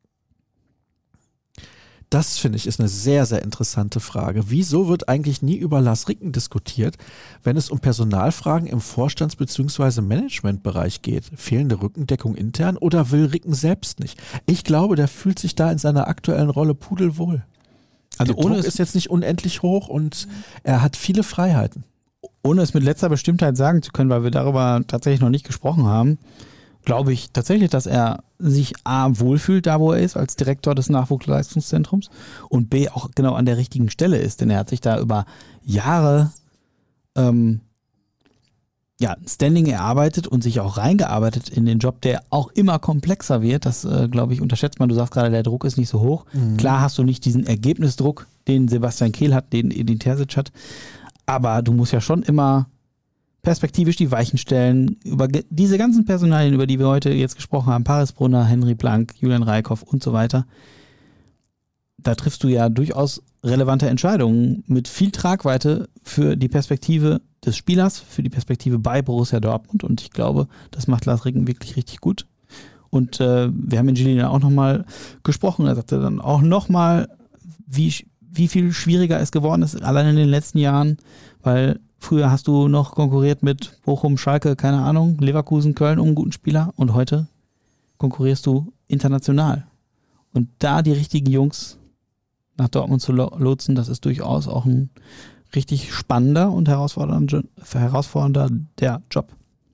Das, finde ich, ist eine sehr, sehr interessante Frage. Wieso wird eigentlich nie über Lars Ricken diskutiert, wenn es um Personalfragen im Vorstands- bzw. Managementbereich geht? Fehlende Rückendeckung intern oder will Ricken selbst nicht? Ich glaube, der fühlt sich da in seiner aktuellen Rolle pudelwohl. Also Der ohne Druck es, ist jetzt nicht unendlich hoch und er hat viele Freiheiten. ohne es mit letzter Bestimmtheit sagen zu können, weil wir darüber tatsächlich noch nicht gesprochen haben, glaube ich tatsächlich, dass er sich A, wohlfühlt, da wo er ist, als Direktor des Nachwuchsleistungszentrums und B, auch genau an der richtigen Stelle ist, denn er hat sich da über Jahre ähm, ja, ein Standing erarbeitet und sich auch reingearbeitet in den Job, der auch immer komplexer wird. Das, äh, glaube ich, unterschätzt man. Du sagst gerade, der Druck ist nicht so hoch. Mhm. Klar hast du nicht diesen Ergebnisdruck, den Sebastian Kehl hat, den Edin Terzic hat, aber du musst ja schon immer perspektivisch die Weichen stellen, über ge- diese ganzen Personalien, über die wir heute jetzt gesprochen haben, Paris Brunner, Henry Blank, Julian Reikhoff und so weiter, da triffst du ja durchaus relevante Entscheidungen mit viel Tragweite für die Perspektive des Spielers, für die Perspektive bei Borussia Dortmund und ich glaube, das macht Lars Ricken wirklich richtig gut. Und äh, wir haben mit Gilina auch nochmal gesprochen, er sagte dann auch nochmal, wie, wie viel schwieriger es geworden ist, allein in den letzten Jahren, weil früher hast du noch konkurriert mit Bochum, Schalke, keine Ahnung, Leverkusen, Köln um einen guten Spieler und heute konkurrierst du international. Und da die richtigen Jungs nach Dortmund zu lo- lotsen, das ist durchaus auch ein richtig spannender und herausfordernder, herausfordernder der Job.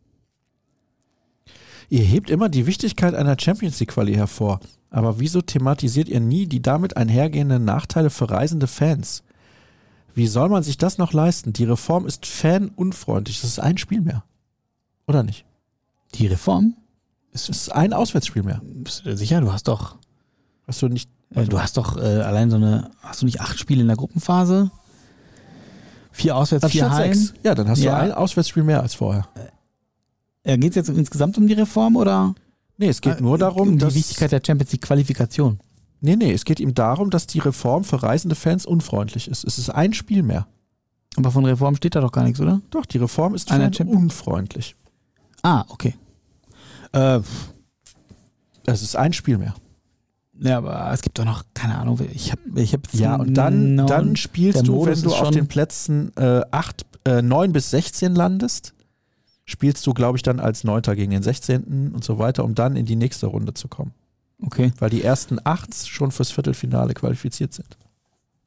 Ihr hebt immer die Wichtigkeit einer Champions League Quali hervor, aber wieso thematisiert ihr nie die damit einhergehenden Nachteile für reisende Fans? Wie soll man sich das noch leisten? Die Reform ist fanunfreundlich. Das ist ein Spiel mehr. Oder nicht? Die Reform? Es ist ein Auswärtsspiel mehr. Bist du sicher? Du hast doch, Hast du nicht. äh, du hast doch äh, allein so eine, hast du nicht acht Spiele in der Gruppenphase? Vier Auswärts, vier Anstatt Heim? sechs. Ja, dann hast Ja. du ein Auswärtsspiel mehr als vorher. Äh, Geht es jetzt insgesamt um die Reform oder Nee, es geht nur darum, um die dass. Wichtigkeit der Champions League Qualifikation? Nee, nee, es geht ihm darum, dass die Reform für reisende Fans unfreundlich ist. Es ist ein Spiel mehr. Aber von Reform steht da doch gar nichts, oder? Doch, die Reform ist Einer Champions- fanunfreundlich. Ah, okay. Äh, Es ist ein Spiel mehr. ja, aber es gibt doch noch, keine Ahnung, ich habe ich hab Ja, und dann, no- dann spielst der du, Modus wenn du ist auf schon- den Plätzen äh, acht, äh, neun bis sechzehn landest, spielst du, glaube ich, dann als Neunter gegen den sechzehnten und so weiter, um dann in die nächste Runde zu kommen. Okay. Weil die ersten acht schon fürs Viertelfinale qualifiziert sind.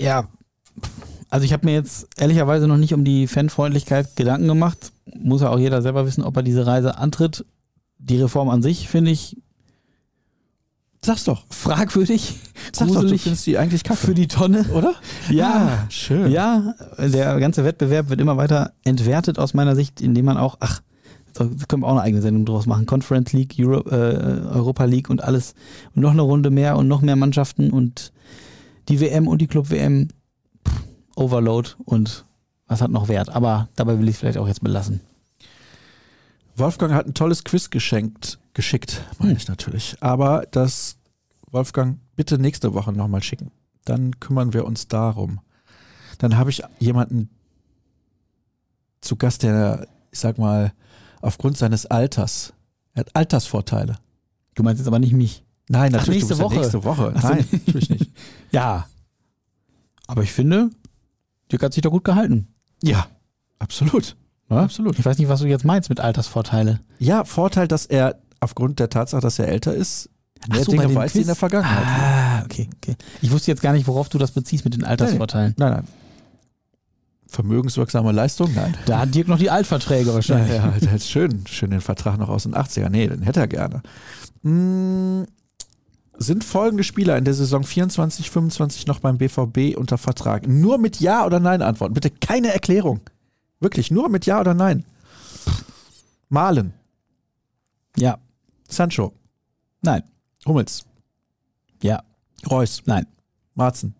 Ja, also ich habe mir jetzt ehrlicherweise noch nicht um die Fanfreundlichkeit Gedanken gemacht. Muss ja auch jeder selber wissen, ob er diese Reise antritt. Die Reform an sich finde ich Sag's doch. fragwürdig, Sag doch, du gruselig, findest die eigentlich kacke. für die Tonne. oder? Ja, Ah, schön. ja, der ganze Wettbewerb wird immer weiter entwertet aus meiner Sicht, indem man auch, ach, da können wir auch eine eigene Sendung draus machen, Conference League, Euro, äh, Europa League und alles und noch eine Runde mehr und noch mehr Mannschaften und die W M und die Club-W M, pff, Overload und was hat noch Wert, aber dabei will ich es vielleicht auch jetzt belassen. Wolfgang hat ein tolles Quiz geschenkt, geschickt, meine ich natürlich. Aber das, Wolfgang, bitte nächste Woche nochmal schicken. Dann kümmern wir uns darum. Dann habe ich jemanden zu Gast, der, ich sag mal, aufgrund seines Alters, er hat Altersvorteile. Du meinst jetzt aber nicht mich. Nein, Ach, natürlich nächste du bist ja Woche. nächste Woche. Ach so. Nein, natürlich nicht. Ja, aber ich finde, Dirk hat sich doch gut gehalten. Ja, absolut. Ja? Absolut. Ich weiß nicht, was du jetzt meinst mit Altersvorteile. Ja, Vorteil, dass er aufgrund der Tatsache, dass er älter ist, mehr Ach so, bei Dinge dem weiß, die in Quiz? der Vergangenheit. Ah, okay, okay. Ich wusste jetzt gar nicht, worauf du das beziehst mit den Altersvorteilen. Nein, nein. Vermögenswirksame Leistung? Nein. Da hat Dirk noch die Altverträge Ja, wahrscheinlich. ja, der hat schön, schön den Vertrag noch aus den achtziger. Nee, den hätte er gerne. Hm, sind folgende Spieler in der Saison vierundzwanzig fünfundzwanzig noch beim B V B unter Vertrag? Nur mit Ja oder Nein antworten. Bitte keine Erklärung. Wirklich, nur mit Ja oder Nein. Malen, Ja, Sancho, nein, Hummels, ja, Reus, nein, Marzen.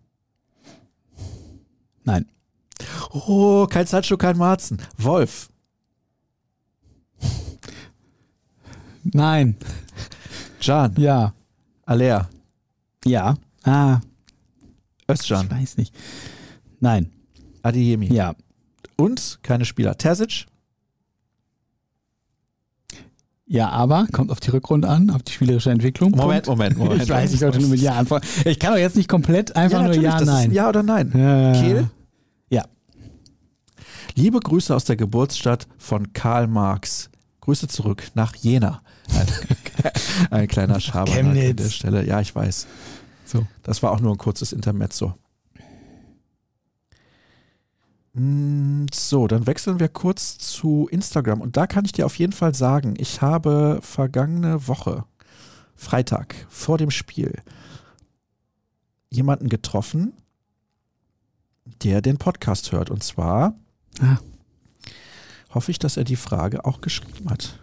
nein, Oh, kein Sancho, kein Marzen. Wolf, nein, Can, ja, Aller, ja, ah, Özcan, ich weiß nicht. Nein, Adeyemi. ja, Und keine Spieler. Terzic, ja, aber kommt auf die Rückrunde an, auf die spielerische Entwicklung. Moment, Punkt. Moment, Moment. Ich weiß, ich sollte nur mit Ja antworten. Ich kann doch jetzt nicht komplett einfach nur natürlich, Ja, das Nein. Ist ja oder Nein. Ja. Kehl? Ja. Liebe Grüße aus der Geburtsstadt von Karl Marx. Grüße zurück nach Jena. Ein, ein kleiner Schabernack an Chemnitz. der Stelle. Ja, ich weiß. So. Das war auch nur ein kurzes Intermezzo. Mm, So, dann wechseln wir kurz zu Instagram. Und da kann ich dir auf jeden Fall sagen, ich habe vergangene Woche, Freitag, vor dem Spiel, jemanden getroffen, der den Podcast hört. Und zwar Ah. hoffe ich, dass er die Frage auch geschrieben hat.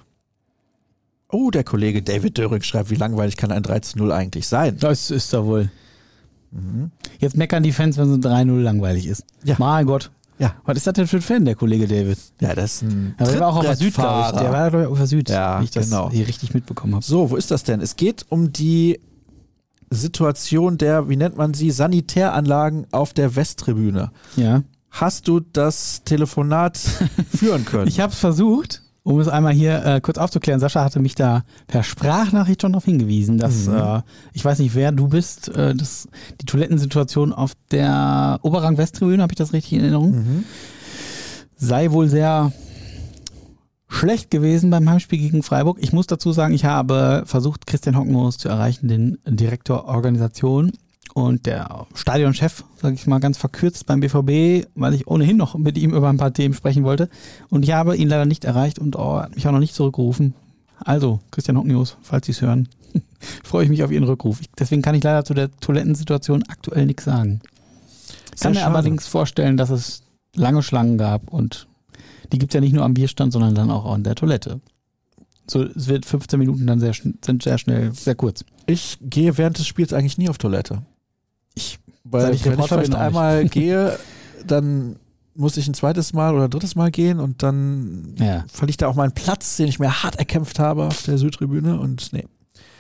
Oh, der Kollege David Döring schreibt, wie langweilig kann ein drei zu null eigentlich sein? Das ist da wohl. Mhm. Jetzt meckern die Fans, wenn so ein drei null langweilig ist. Ja. Mein Gott. Ja. Was ist das denn für ein Fan, der Kollege David? Ja, das ist ein Ja, der war auch auf der Süd, glaube ich. Trittbrettfahrer. Der war, glaube ich, auf der Süd, Ja, wie ich das genau. hier richtig mitbekommen habe. So, wo ist das denn? Es geht um die Situation der, wie nennt man sie, Sanitäranlagen auf der Westtribüne. Ja. Hast du das Telefonat führen können? Ich habe es versucht, um es einmal hier äh, kurz aufzuklären. Sascha hatte mich da per Sprachnachricht schon darauf hingewiesen, dass, Mhm. äh, ich weiß nicht, wer du bist, äh, das, die Toilettensituation auf der Oberrang-Westtribüne, habe ich das richtig in Erinnerung, Mhm. sei wohl sehr schlecht gewesen beim Heimspiel gegen Freiburg. Ich muss dazu sagen, ich habe versucht, Christian Hockenmoos zu erreichen, den Direktor Organisation und der Stadionchef, sage ich mal ganz verkürzt beim B V B, weil ich ohnehin noch mit ihm über ein paar Themen sprechen wollte. Und ich habe ihn leider nicht erreicht und oh, er hat mich auch noch nicht zurückgerufen. Also, Christian Hockenmoos, falls Sie es hören, freue ich mich auf Ihren Rückruf. Ich, deswegen kann ich leider zu der Toilettensituation aktuell nichts sagen. Ich Sehr kann mir schade. allerdings vorstellen, dass es lange Schlangen gab und die gibt es ja nicht nur am Bierstand, sondern dann auch an der Toilette. So, es wird fünfzehn Minuten dann sehr, schn- sind sehr schnell, sehr kurz. Ich gehe während des Spiels eigentlich nie auf Toilette. Ich, Weil Seit ich wenn ich Reporter bin, vielleicht auch nicht. einmal gehe, dann muss ich ein zweites Mal oder drittes Mal gehen und dann ja, verliere ich da auch meinen Platz, den ich mir hart erkämpft habe auf der Südtribüne und nee.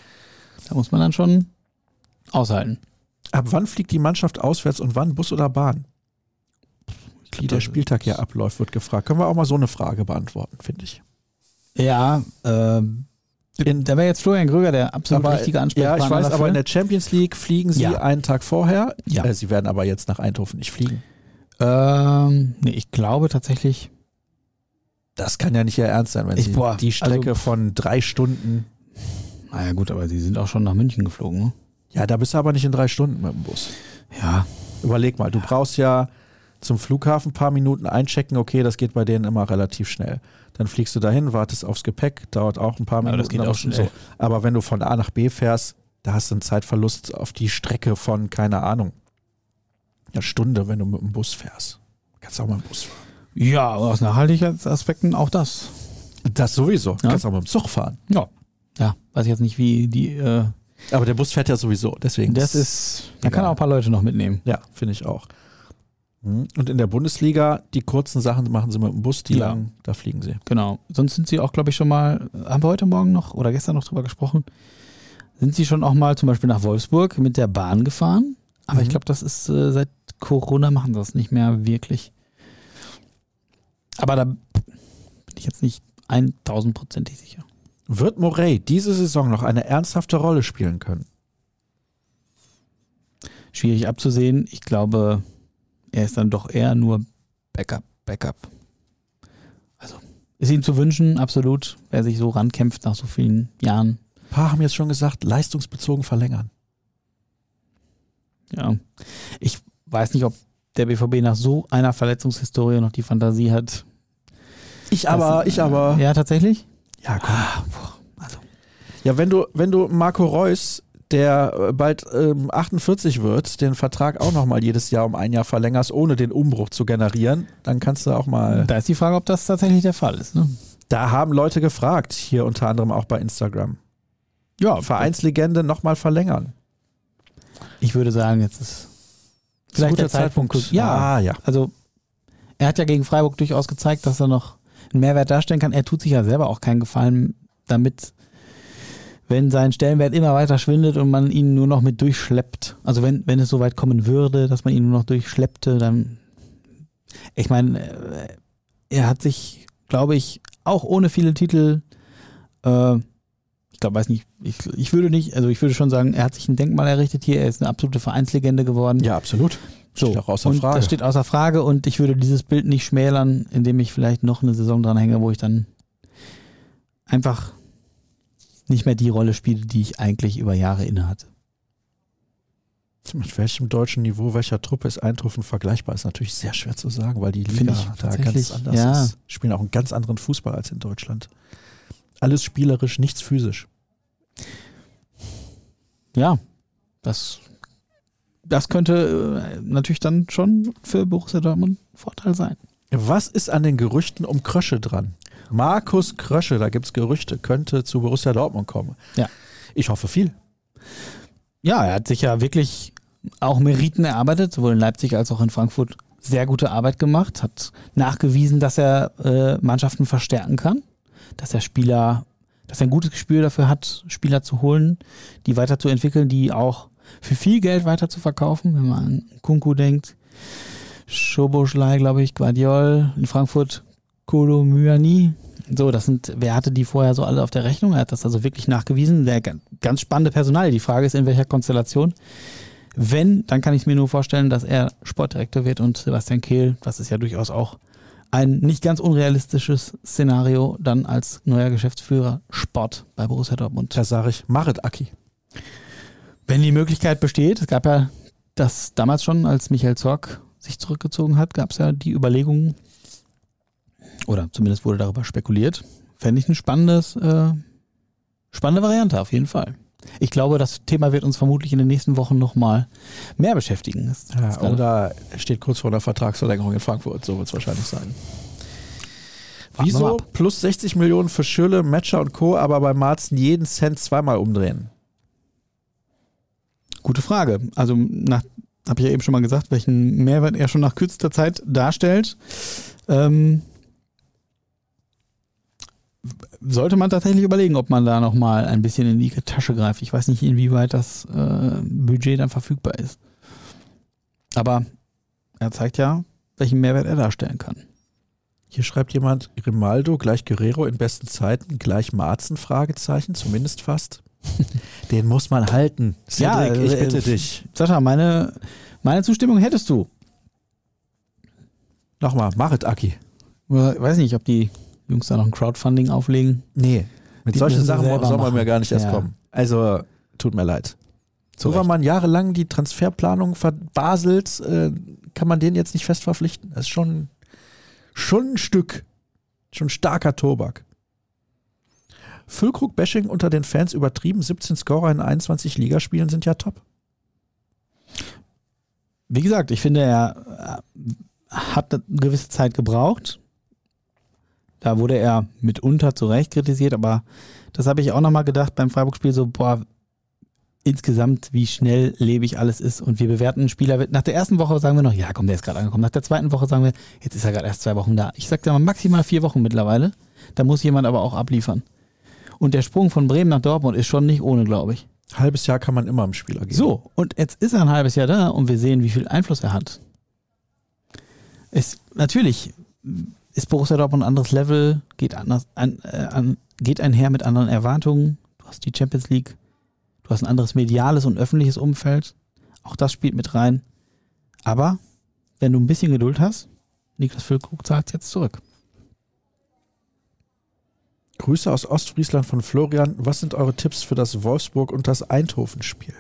da muss man dann schon aushalten. Ab wann fliegt die Mannschaft auswärts und wann Bus oder Bahn? Ich glaub, Wie der das- Spieltag hier abläuft, wird gefragt. Können wir auch mal so eine Frage beantworten, finde ich. Ja, ähm, In- da wäre jetzt Florian Gröger der absolut Aber- richtige Ja, Ansprechpartner ich weiß, dafür. aber in der Champions League fliegen sie Ja. einen Tag vorher. Ja. Äh, sie werden aber jetzt nach Eindhoven nicht fliegen. ähm, nee, ich glaube tatsächlich, Das kann ja nicht ihr Ernst sein, wenn Ich- sie boah, die Strecke also- von drei Stunden. naja gut, aber sie sind auch schon nach München geflogen. Ne? Ja, da bist du aber nicht in drei Stunden mit dem Bus. Ja, Überleg mal, du brauchst ja zum Flughafen ein paar Minuten einchecken, okay, das geht bei denen immer relativ schnell. Dann fliegst du dahin, wartest aufs Gepäck, dauert auch ein paar Ja, Minuten. das geht auch schnell. So. Aber wenn du von A nach B fährst, da hast du einen Zeitverlust auf die Strecke von, keine Ahnung, eine Stunde, wenn du mit dem Bus fährst. Kannst du auch mal mit dem Bus fahren. Ja, aus Nachhaltigkeitsaspekten auch das. Das sowieso. Ja. Kannst auch mit dem Zug fahren. Ja. Ja, weiß ich jetzt nicht, wie die. Äh, Aber der Bus fährt ja sowieso, deswegen. das ist. Da kann auch ein paar Leute noch mitnehmen. Ja, finde ich auch. Und in der Bundesliga, die kurzen Sachen machen sie mit dem Bus, die Ja. langen, da fliegen sie. Genau. Sonst sind sie auch, glaube ich, schon mal. Haben wir heute Morgen noch oder gestern noch drüber gesprochen? Sind sie schon auch mal zum Beispiel nach Wolfsburg mit der Bahn gefahren? Aber Mhm. ich glaube, das ist äh, seit Corona machen sie das nicht mehr wirklich. Aber da bin ich jetzt nicht tausendprozentig sicher. Wird Morey diese Saison noch eine ernsthafte Rolle spielen können? Schwierig abzusehen. Ich glaube, er ist dann doch eher nur Backup, Backup. Also ist ihm zu wünschen, absolut, wer sich so rankämpft nach so vielen Jahren. Ein paar haben jetzt schon gesagt, leistungsbezogen verlängern. Ja, ich weiß nicht, ob der B V B nach so einer Verletzungshistorie noch die Fantasie hat. Ich aber, Das, ich aber. Ja, tatsächlich? Ja, komm. Ah, boah, also. Ja, wenn du, wenn du Marco Reus, der bald ähm, achtundvierzig wird, den Vertrag auch nochmal jedes Jahr um ein Jahr verlängerst, ohne den Umbruch zu generieren, dann kannst du auch mal. Da ist die Frage, ob das tatsächlich der Fall ist. Ne? Da haben Leute gefragt, hier unter anderem auch bei Instagram. Ja, Vereinslegende nochmal verlängern. ich würde sagen, jetzt ist vielleicht der Zeitpunkt. Ja, Ah, ja. also er hat ja gegen Freiburg durchaus gezeigt, dass er noch einen Mehrwert darstellen kann. Er tut sich ja selber auch keinen Gefallen damit, wenn sein Stellenwert immer weiter schwindet und man ihn nur noch mit durchschleppt. Also wenn, wenn es so weit kommen würde, dass man ihn nur noch durchschleppte, dann, ich meine, er hat sich, glaube ich, auch ohne viele Titel, äh, ich glaube, weiß nicht, ich, ich würde nicht, also ich würde schon sagen, er hat sich ein Denkmal errichtet hier, er ist eine absolute Vereinslegende geworden. Ja, absolut. Steht So, auch außer und Frage. das steht außer Frage und ich würde dieses Bild nicht schmälern, indem ich vielleicht noch eine Saison dran hänge, wo ich dann einfach nicht mehr die Rolle spiele, die ich eigentlich über Jahre innehatte. Mit welchem deutschen Niveau, welcher Truppe ist Eindhoven vergleichbar, ist natürlich sehr schwer zu sagen, weil die Finde Liga ich da ganz tatsächlich, anders ja. ist. Spielen auch einen ganz anderen Fußball als in Deutschland. Alles spielerisch, nichts physisch. Ja, das, das könnte äh, natürlich dann schon für Borussia Dortmund ein Vorteil sein. Was ist an den Gerüchten um Krösche dran? Markus Krösche, da gibt es Gerüchte, könnte zu Borussia Dortmund kommen. Ja. Ich hoffe viel. Ja, er hat sich ja wirklich auch Meriten erarbeitet, sowohl in Leipzig als auch in Frankfurt sehr gute Arbeit gemacht, hat nachgewiesen, dass er äh, Mannschaften verstärken kann, dass er Spieler, dass er ein gutes Gespür dafür hat, Spieler zu holen, die weiterzuentwickeln, die auch für viel Geld weiter zu verkaufen, wenn man an Kunku denkt, Szoboszlai, glaube ich, Guardiol, in Frankfurt Kolo Muani. So, das sind, wer hatte die vorher so alle auf der Rechnung? Er hat das also wirklich nachgewiesen. Der ganz spannende Personal. Die Frage ist, in welcher Konstellation. Wenn, dann kann ich mir nur vorstellen, dass er Sportdirektor wird und Sebastian Kehl, das ist ja durchaus auch ein nicht ganz unrealistisches Szenario, dann als neuer Geschäftsführer Sport bei Borussia Dortmund. Da sage ich, Marit Aki. Wenn die Möglichkeit besteht, es gab ja das damals schon, als Michael Zorc sich zurückgezogen hat, gab es ja die Überlegungen, oder zumindest wurde darüber spekuliert, fände ich ein spannendes, äh, spannende Variante auf jeden Fall. Ich glaube, das Thema wird uns vermutlich in den nächsten Wochen nochmal mehr beschäftigen. Das, das Ja, oder er steht kurz vor einer Vertragsverlängerung in Frankfurt, so wird es wahrscheinlich sein. Warten wir mal Wieso ab. plus sechzig Millionen für Schürrle, Metscher und Co., aber bei Marzen jeden Cent zweimal umdrehen? Gute Frage. Also nach, habe ich ja eben schon mal gesagt, welchen Mehrwert er schon nach kürzester Zeit darstellt. Ähm, sollte man tatsächlich überlegen, ob man da nochmal ein bisschen in die Tasche greift. Ich weiß nicht, inwieweit das äh, Budget dann verfügbar ist. Aber er zeigt ja, welchen Mehrwert er darstellen kann. Hier schreibt jemand, Grimaldo gleich Guerrero in besten Zeiten, gleich Marzen, Fragezeichen, zumindest fast. Den muss man halten. Cedric, Ja, ich äh, bitte äh, dich. Sascha, meine, meine Zustimmung hättest du. Nochmal, Marit Aki. Oder, ich weiß nicht, ob die Jungs da noch ein Crowdfunding auflegen. Nee, mit Die solchen müssen sie Sachen selber soll man machen. mir gar nicht erst Ja. kommen. Also, tut mir leid. So war man jahrelang die Transferplanung verbaselt, äh, kann man den jetzt nicht fest verpflichten. Das ist schon, schon ein Stück, schon starker Tobak. Füllkrug-Bashing unter den Fans übertrieben, siebzehn Scorer in einundzwanzig Ligaspielen sind ja top. Wie gesagt, ich finde, er hat eine gewisse Zeit gebraucht. Da wurde er mitunter zu Recht kritisiert, aber das habe ich auch nochmal gedacht beim Freiburg-Spiel, so, boah, insgesamt, wie schnelllebig alles ist und wir bewerten einen Spieler, nach der ersten Woche sagen wir noch, ja komm, der ist gerade angekommen, nach der zweiten Woche sagen wir, jetzt ist er gerade erst zwei Wochen da. Ich sage da mal maximal vier Wochen mittlerweile, da muss jemand aber auch abliefern. Und der Sprung von Bremen nach Dortmund ist schon nicht ohne, glaube ich. Halbes Jahr kann man immer im Spieler geben. So, und jetzt ist er ein halbes Jahr da und wir sehen, wie viel Einfluss er hat. Es, natürlich ist Borussia Dortmund ein anderes Level, geht, anders, an, äh, an, geht einher mit anderen Erwartungen. Du hast die Champions League, du hast ein anderes mediales und öffentliches Umfeld. Auch das spielt mit rein. Aber wenn du ein bisschen Geduld hast, Niklas Füllkrug zahlt jetzt zurück. Grüße aus Ostfriesland von Florian. Was sind eure Tipps für das Wolfsburg und das Eindhoven-Spiel?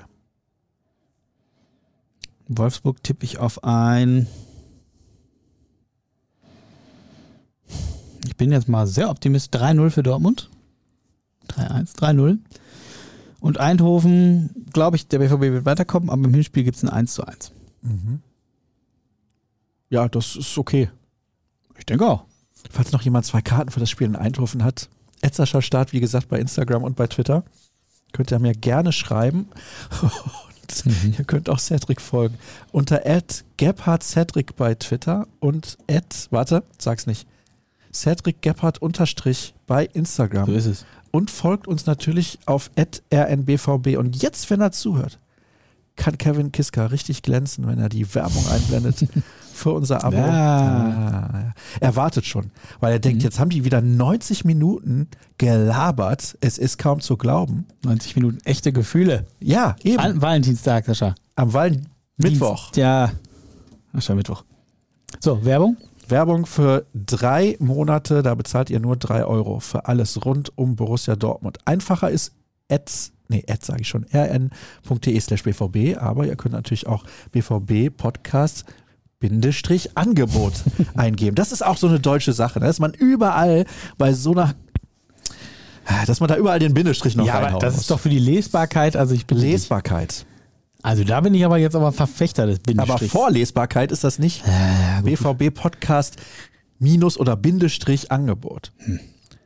Wolfsburg tippe ich auf ein... Ich bin jetzt mal sehr optimistisch. drei null für Dortmund. drei eins, drei null. Und Eindhoven, glaube ich, der B V B wird weiterkommen, aber im Hinspiel gibt es ein eins zu eins. Mhm. Ja, das ist okay. Ich denke auch. Falls noch jemand zwei Karten für das Spiel in Eindhoven hat, Etzerscher Start, wie gesagt, bei Instagram und bei Twitter. Könnt ihr mir gerne schreiben. Und mhm. ihr könnt auch Cedric folgen. Unter at Gebhard Cedric bei Twitter und at, warte, sag's nicht, Cedric Gebhard unterstrich bei Instagram. So ist es. Und folgt uns natürlich auf at R N B V B. Und jetzt, wenn er zuhört, kann Kevin Kiska richtig glänzen, wenn er die Werbung einblendet für unser Abo. Ja. Ah, er wartet schon, weil er denkt, mhm. jetzt haben die wieder neunzig Minuten gelabert. Es ist kaum zu glauben. neunzig Minuten echte Gefühle. Ja, eben. An Valentinstag, Sascha. Am Wahlen Mittwoch. Dienst, ja, Aschermittwoch. So, Werbung? Werbung für drei Monate, da bezahlt ihr nur drei Euro für alles rund um Borussia Dortmund. Einfacher ist Ads, nee, Ads sage ich schon, rn.de slash bvb, aber ihr könnt natürlich auch B V B Podcast Bindestrich Angebot eingeben. Das ist auch so eine deutsche Sache, ne? Dass man überall bei so einer, dass man da überall den Bindestrich noch ja, reinhauen aber das muss. ist doch für die Lesbarkeit, also ich bin Lesbarkeit. Also da bin ich aber jetzt aber Verfechter des Bindestrichs. Aber Vorlesbarkeit ist das nicht. Äh, B V B Podcast Minus oder Bindestrich Angebot. Hm.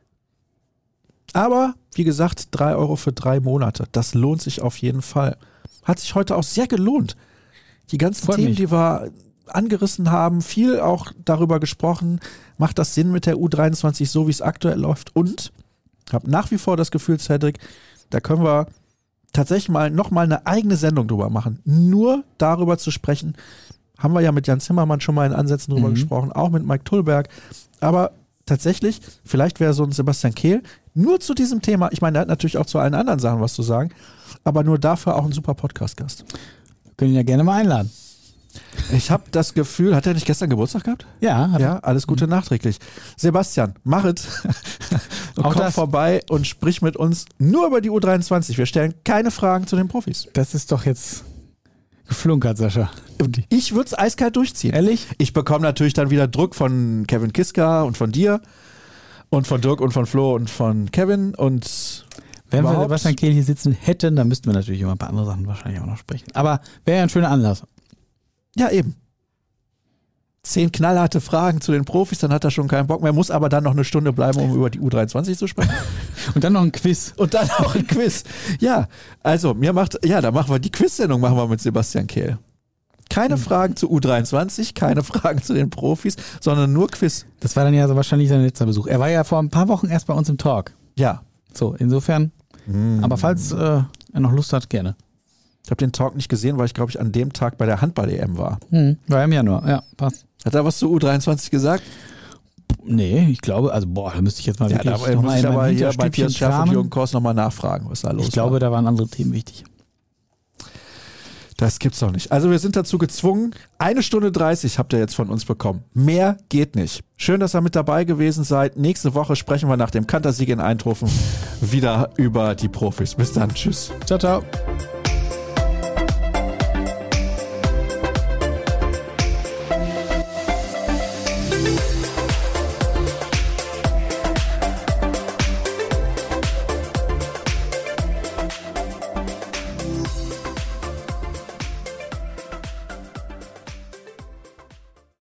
Aber, wie gesagt, drei Euro für drei Monate. Das lohnt sich auf jeden Fall. Hat sich heute auch sehr gelohnt. Die ganzen Freut Themen, mich. die wir angerissen haben, viel auch darüber gesprochen, macht das Sinn mit der U dreiundzwanzig, so wie es aktuell läuft. Und habe nach wie vor das Gefühl, Cedric, da können wir tatsächlich mal nochmal eine eigene Sendung drüber machen. Nur darüber zu sprechen, haben wir ja mit Jan Zimmermann schon mal in Ansätzen drüber Mhm. gesprochen, auch mit Mike Tullberg. Aber tatsächlich, vielleicht wäre so ein Sebastian Kehl nur zu diesem Thema, ich meine, der hat natürlich auch zu allen anderen Sachen was zu sagen, aber nur dafür auch ein super Podcast-Gast. Können ihn ja gerne mal einladen. Ich habe das Gefühl, hat er nicht gestern Geburtstag gehabt? Ja, hat Ja, alles Gute nachträglich. Sebastian, mach es. Und Auch komm das. vorbei und sprich mit uns nur über die U dreiundzwanzig. Wir stellen keine Fragen zu den Profis. das ist doch jetzt geflunkert, Sascha. Ich würde es eiskalt durchziehen. Ehrlich? Ich bekomme natürlich dann wieder Druck von Kevin Kiska und von dir und von Dirk und von Flo und von Kevin und Wenn wir überhaupt- Sebastian Kehl hier sitzen hätten, dann müssten wir natürlich über ein paar andere Sachen wahrscheinlich auch noch sprechen. Aber wäre ja ein schöner Anlass. Ja, eben. Zehn knallharte Fragen zu den Profis, dann hat er schon keinen Bock mehr, muss aber dann noch eine Stunde bleiben, um über die U dreiundzwanzig zu sprechen. Und dann noch ein Quiz. Und dann auch ein Quiz. Ja, also mir macht, ja, da machen wir die Quiz-Sendung machen wir mit Sebastian Kehl. Keine Fragen zu U dreiundzwanzig, keine Fragen zu den Profis, sondern nur Quiz. Das war dann ja so wahrscheinlich sein letzter Besuch. Er war ja vor ein paar Wochen erst bei uns im Talk. Ja. So, insofern. Aber falls äh, er noch Lust hat, gerne. Ich habe den Talk nicht gesehen, weil ich, glaube ich, an dem Tag bei der Handball-E M war. Hm, war im Januar, ja, passt. Hat er was zu U dreiundzwanzig gesagt? Nee, ich glaube, also boah, da müsste ich jetzt mal Ja, wirklich da noch muss mal ich in aber meinem hier bei Hinterstübchen Piers Schaff und kramen. Jürgen Kors nochmal nachfragen, was da los Ich glaube, war. da waren andere Themen wichtig. Das gibt's doch nicht. Also wir sind dazu gezwungen. Eine Stunde dreißig habt ihr jetzt von uns bekommen. Mehr geht nicht. Schön, dass ihr mit dabei gewesen seid. Nächste Woche sprechen wir nach dem Kantersieg in Eindhoven wieder über die Profis. Bis dann. Tschüss. Ciao, ciao.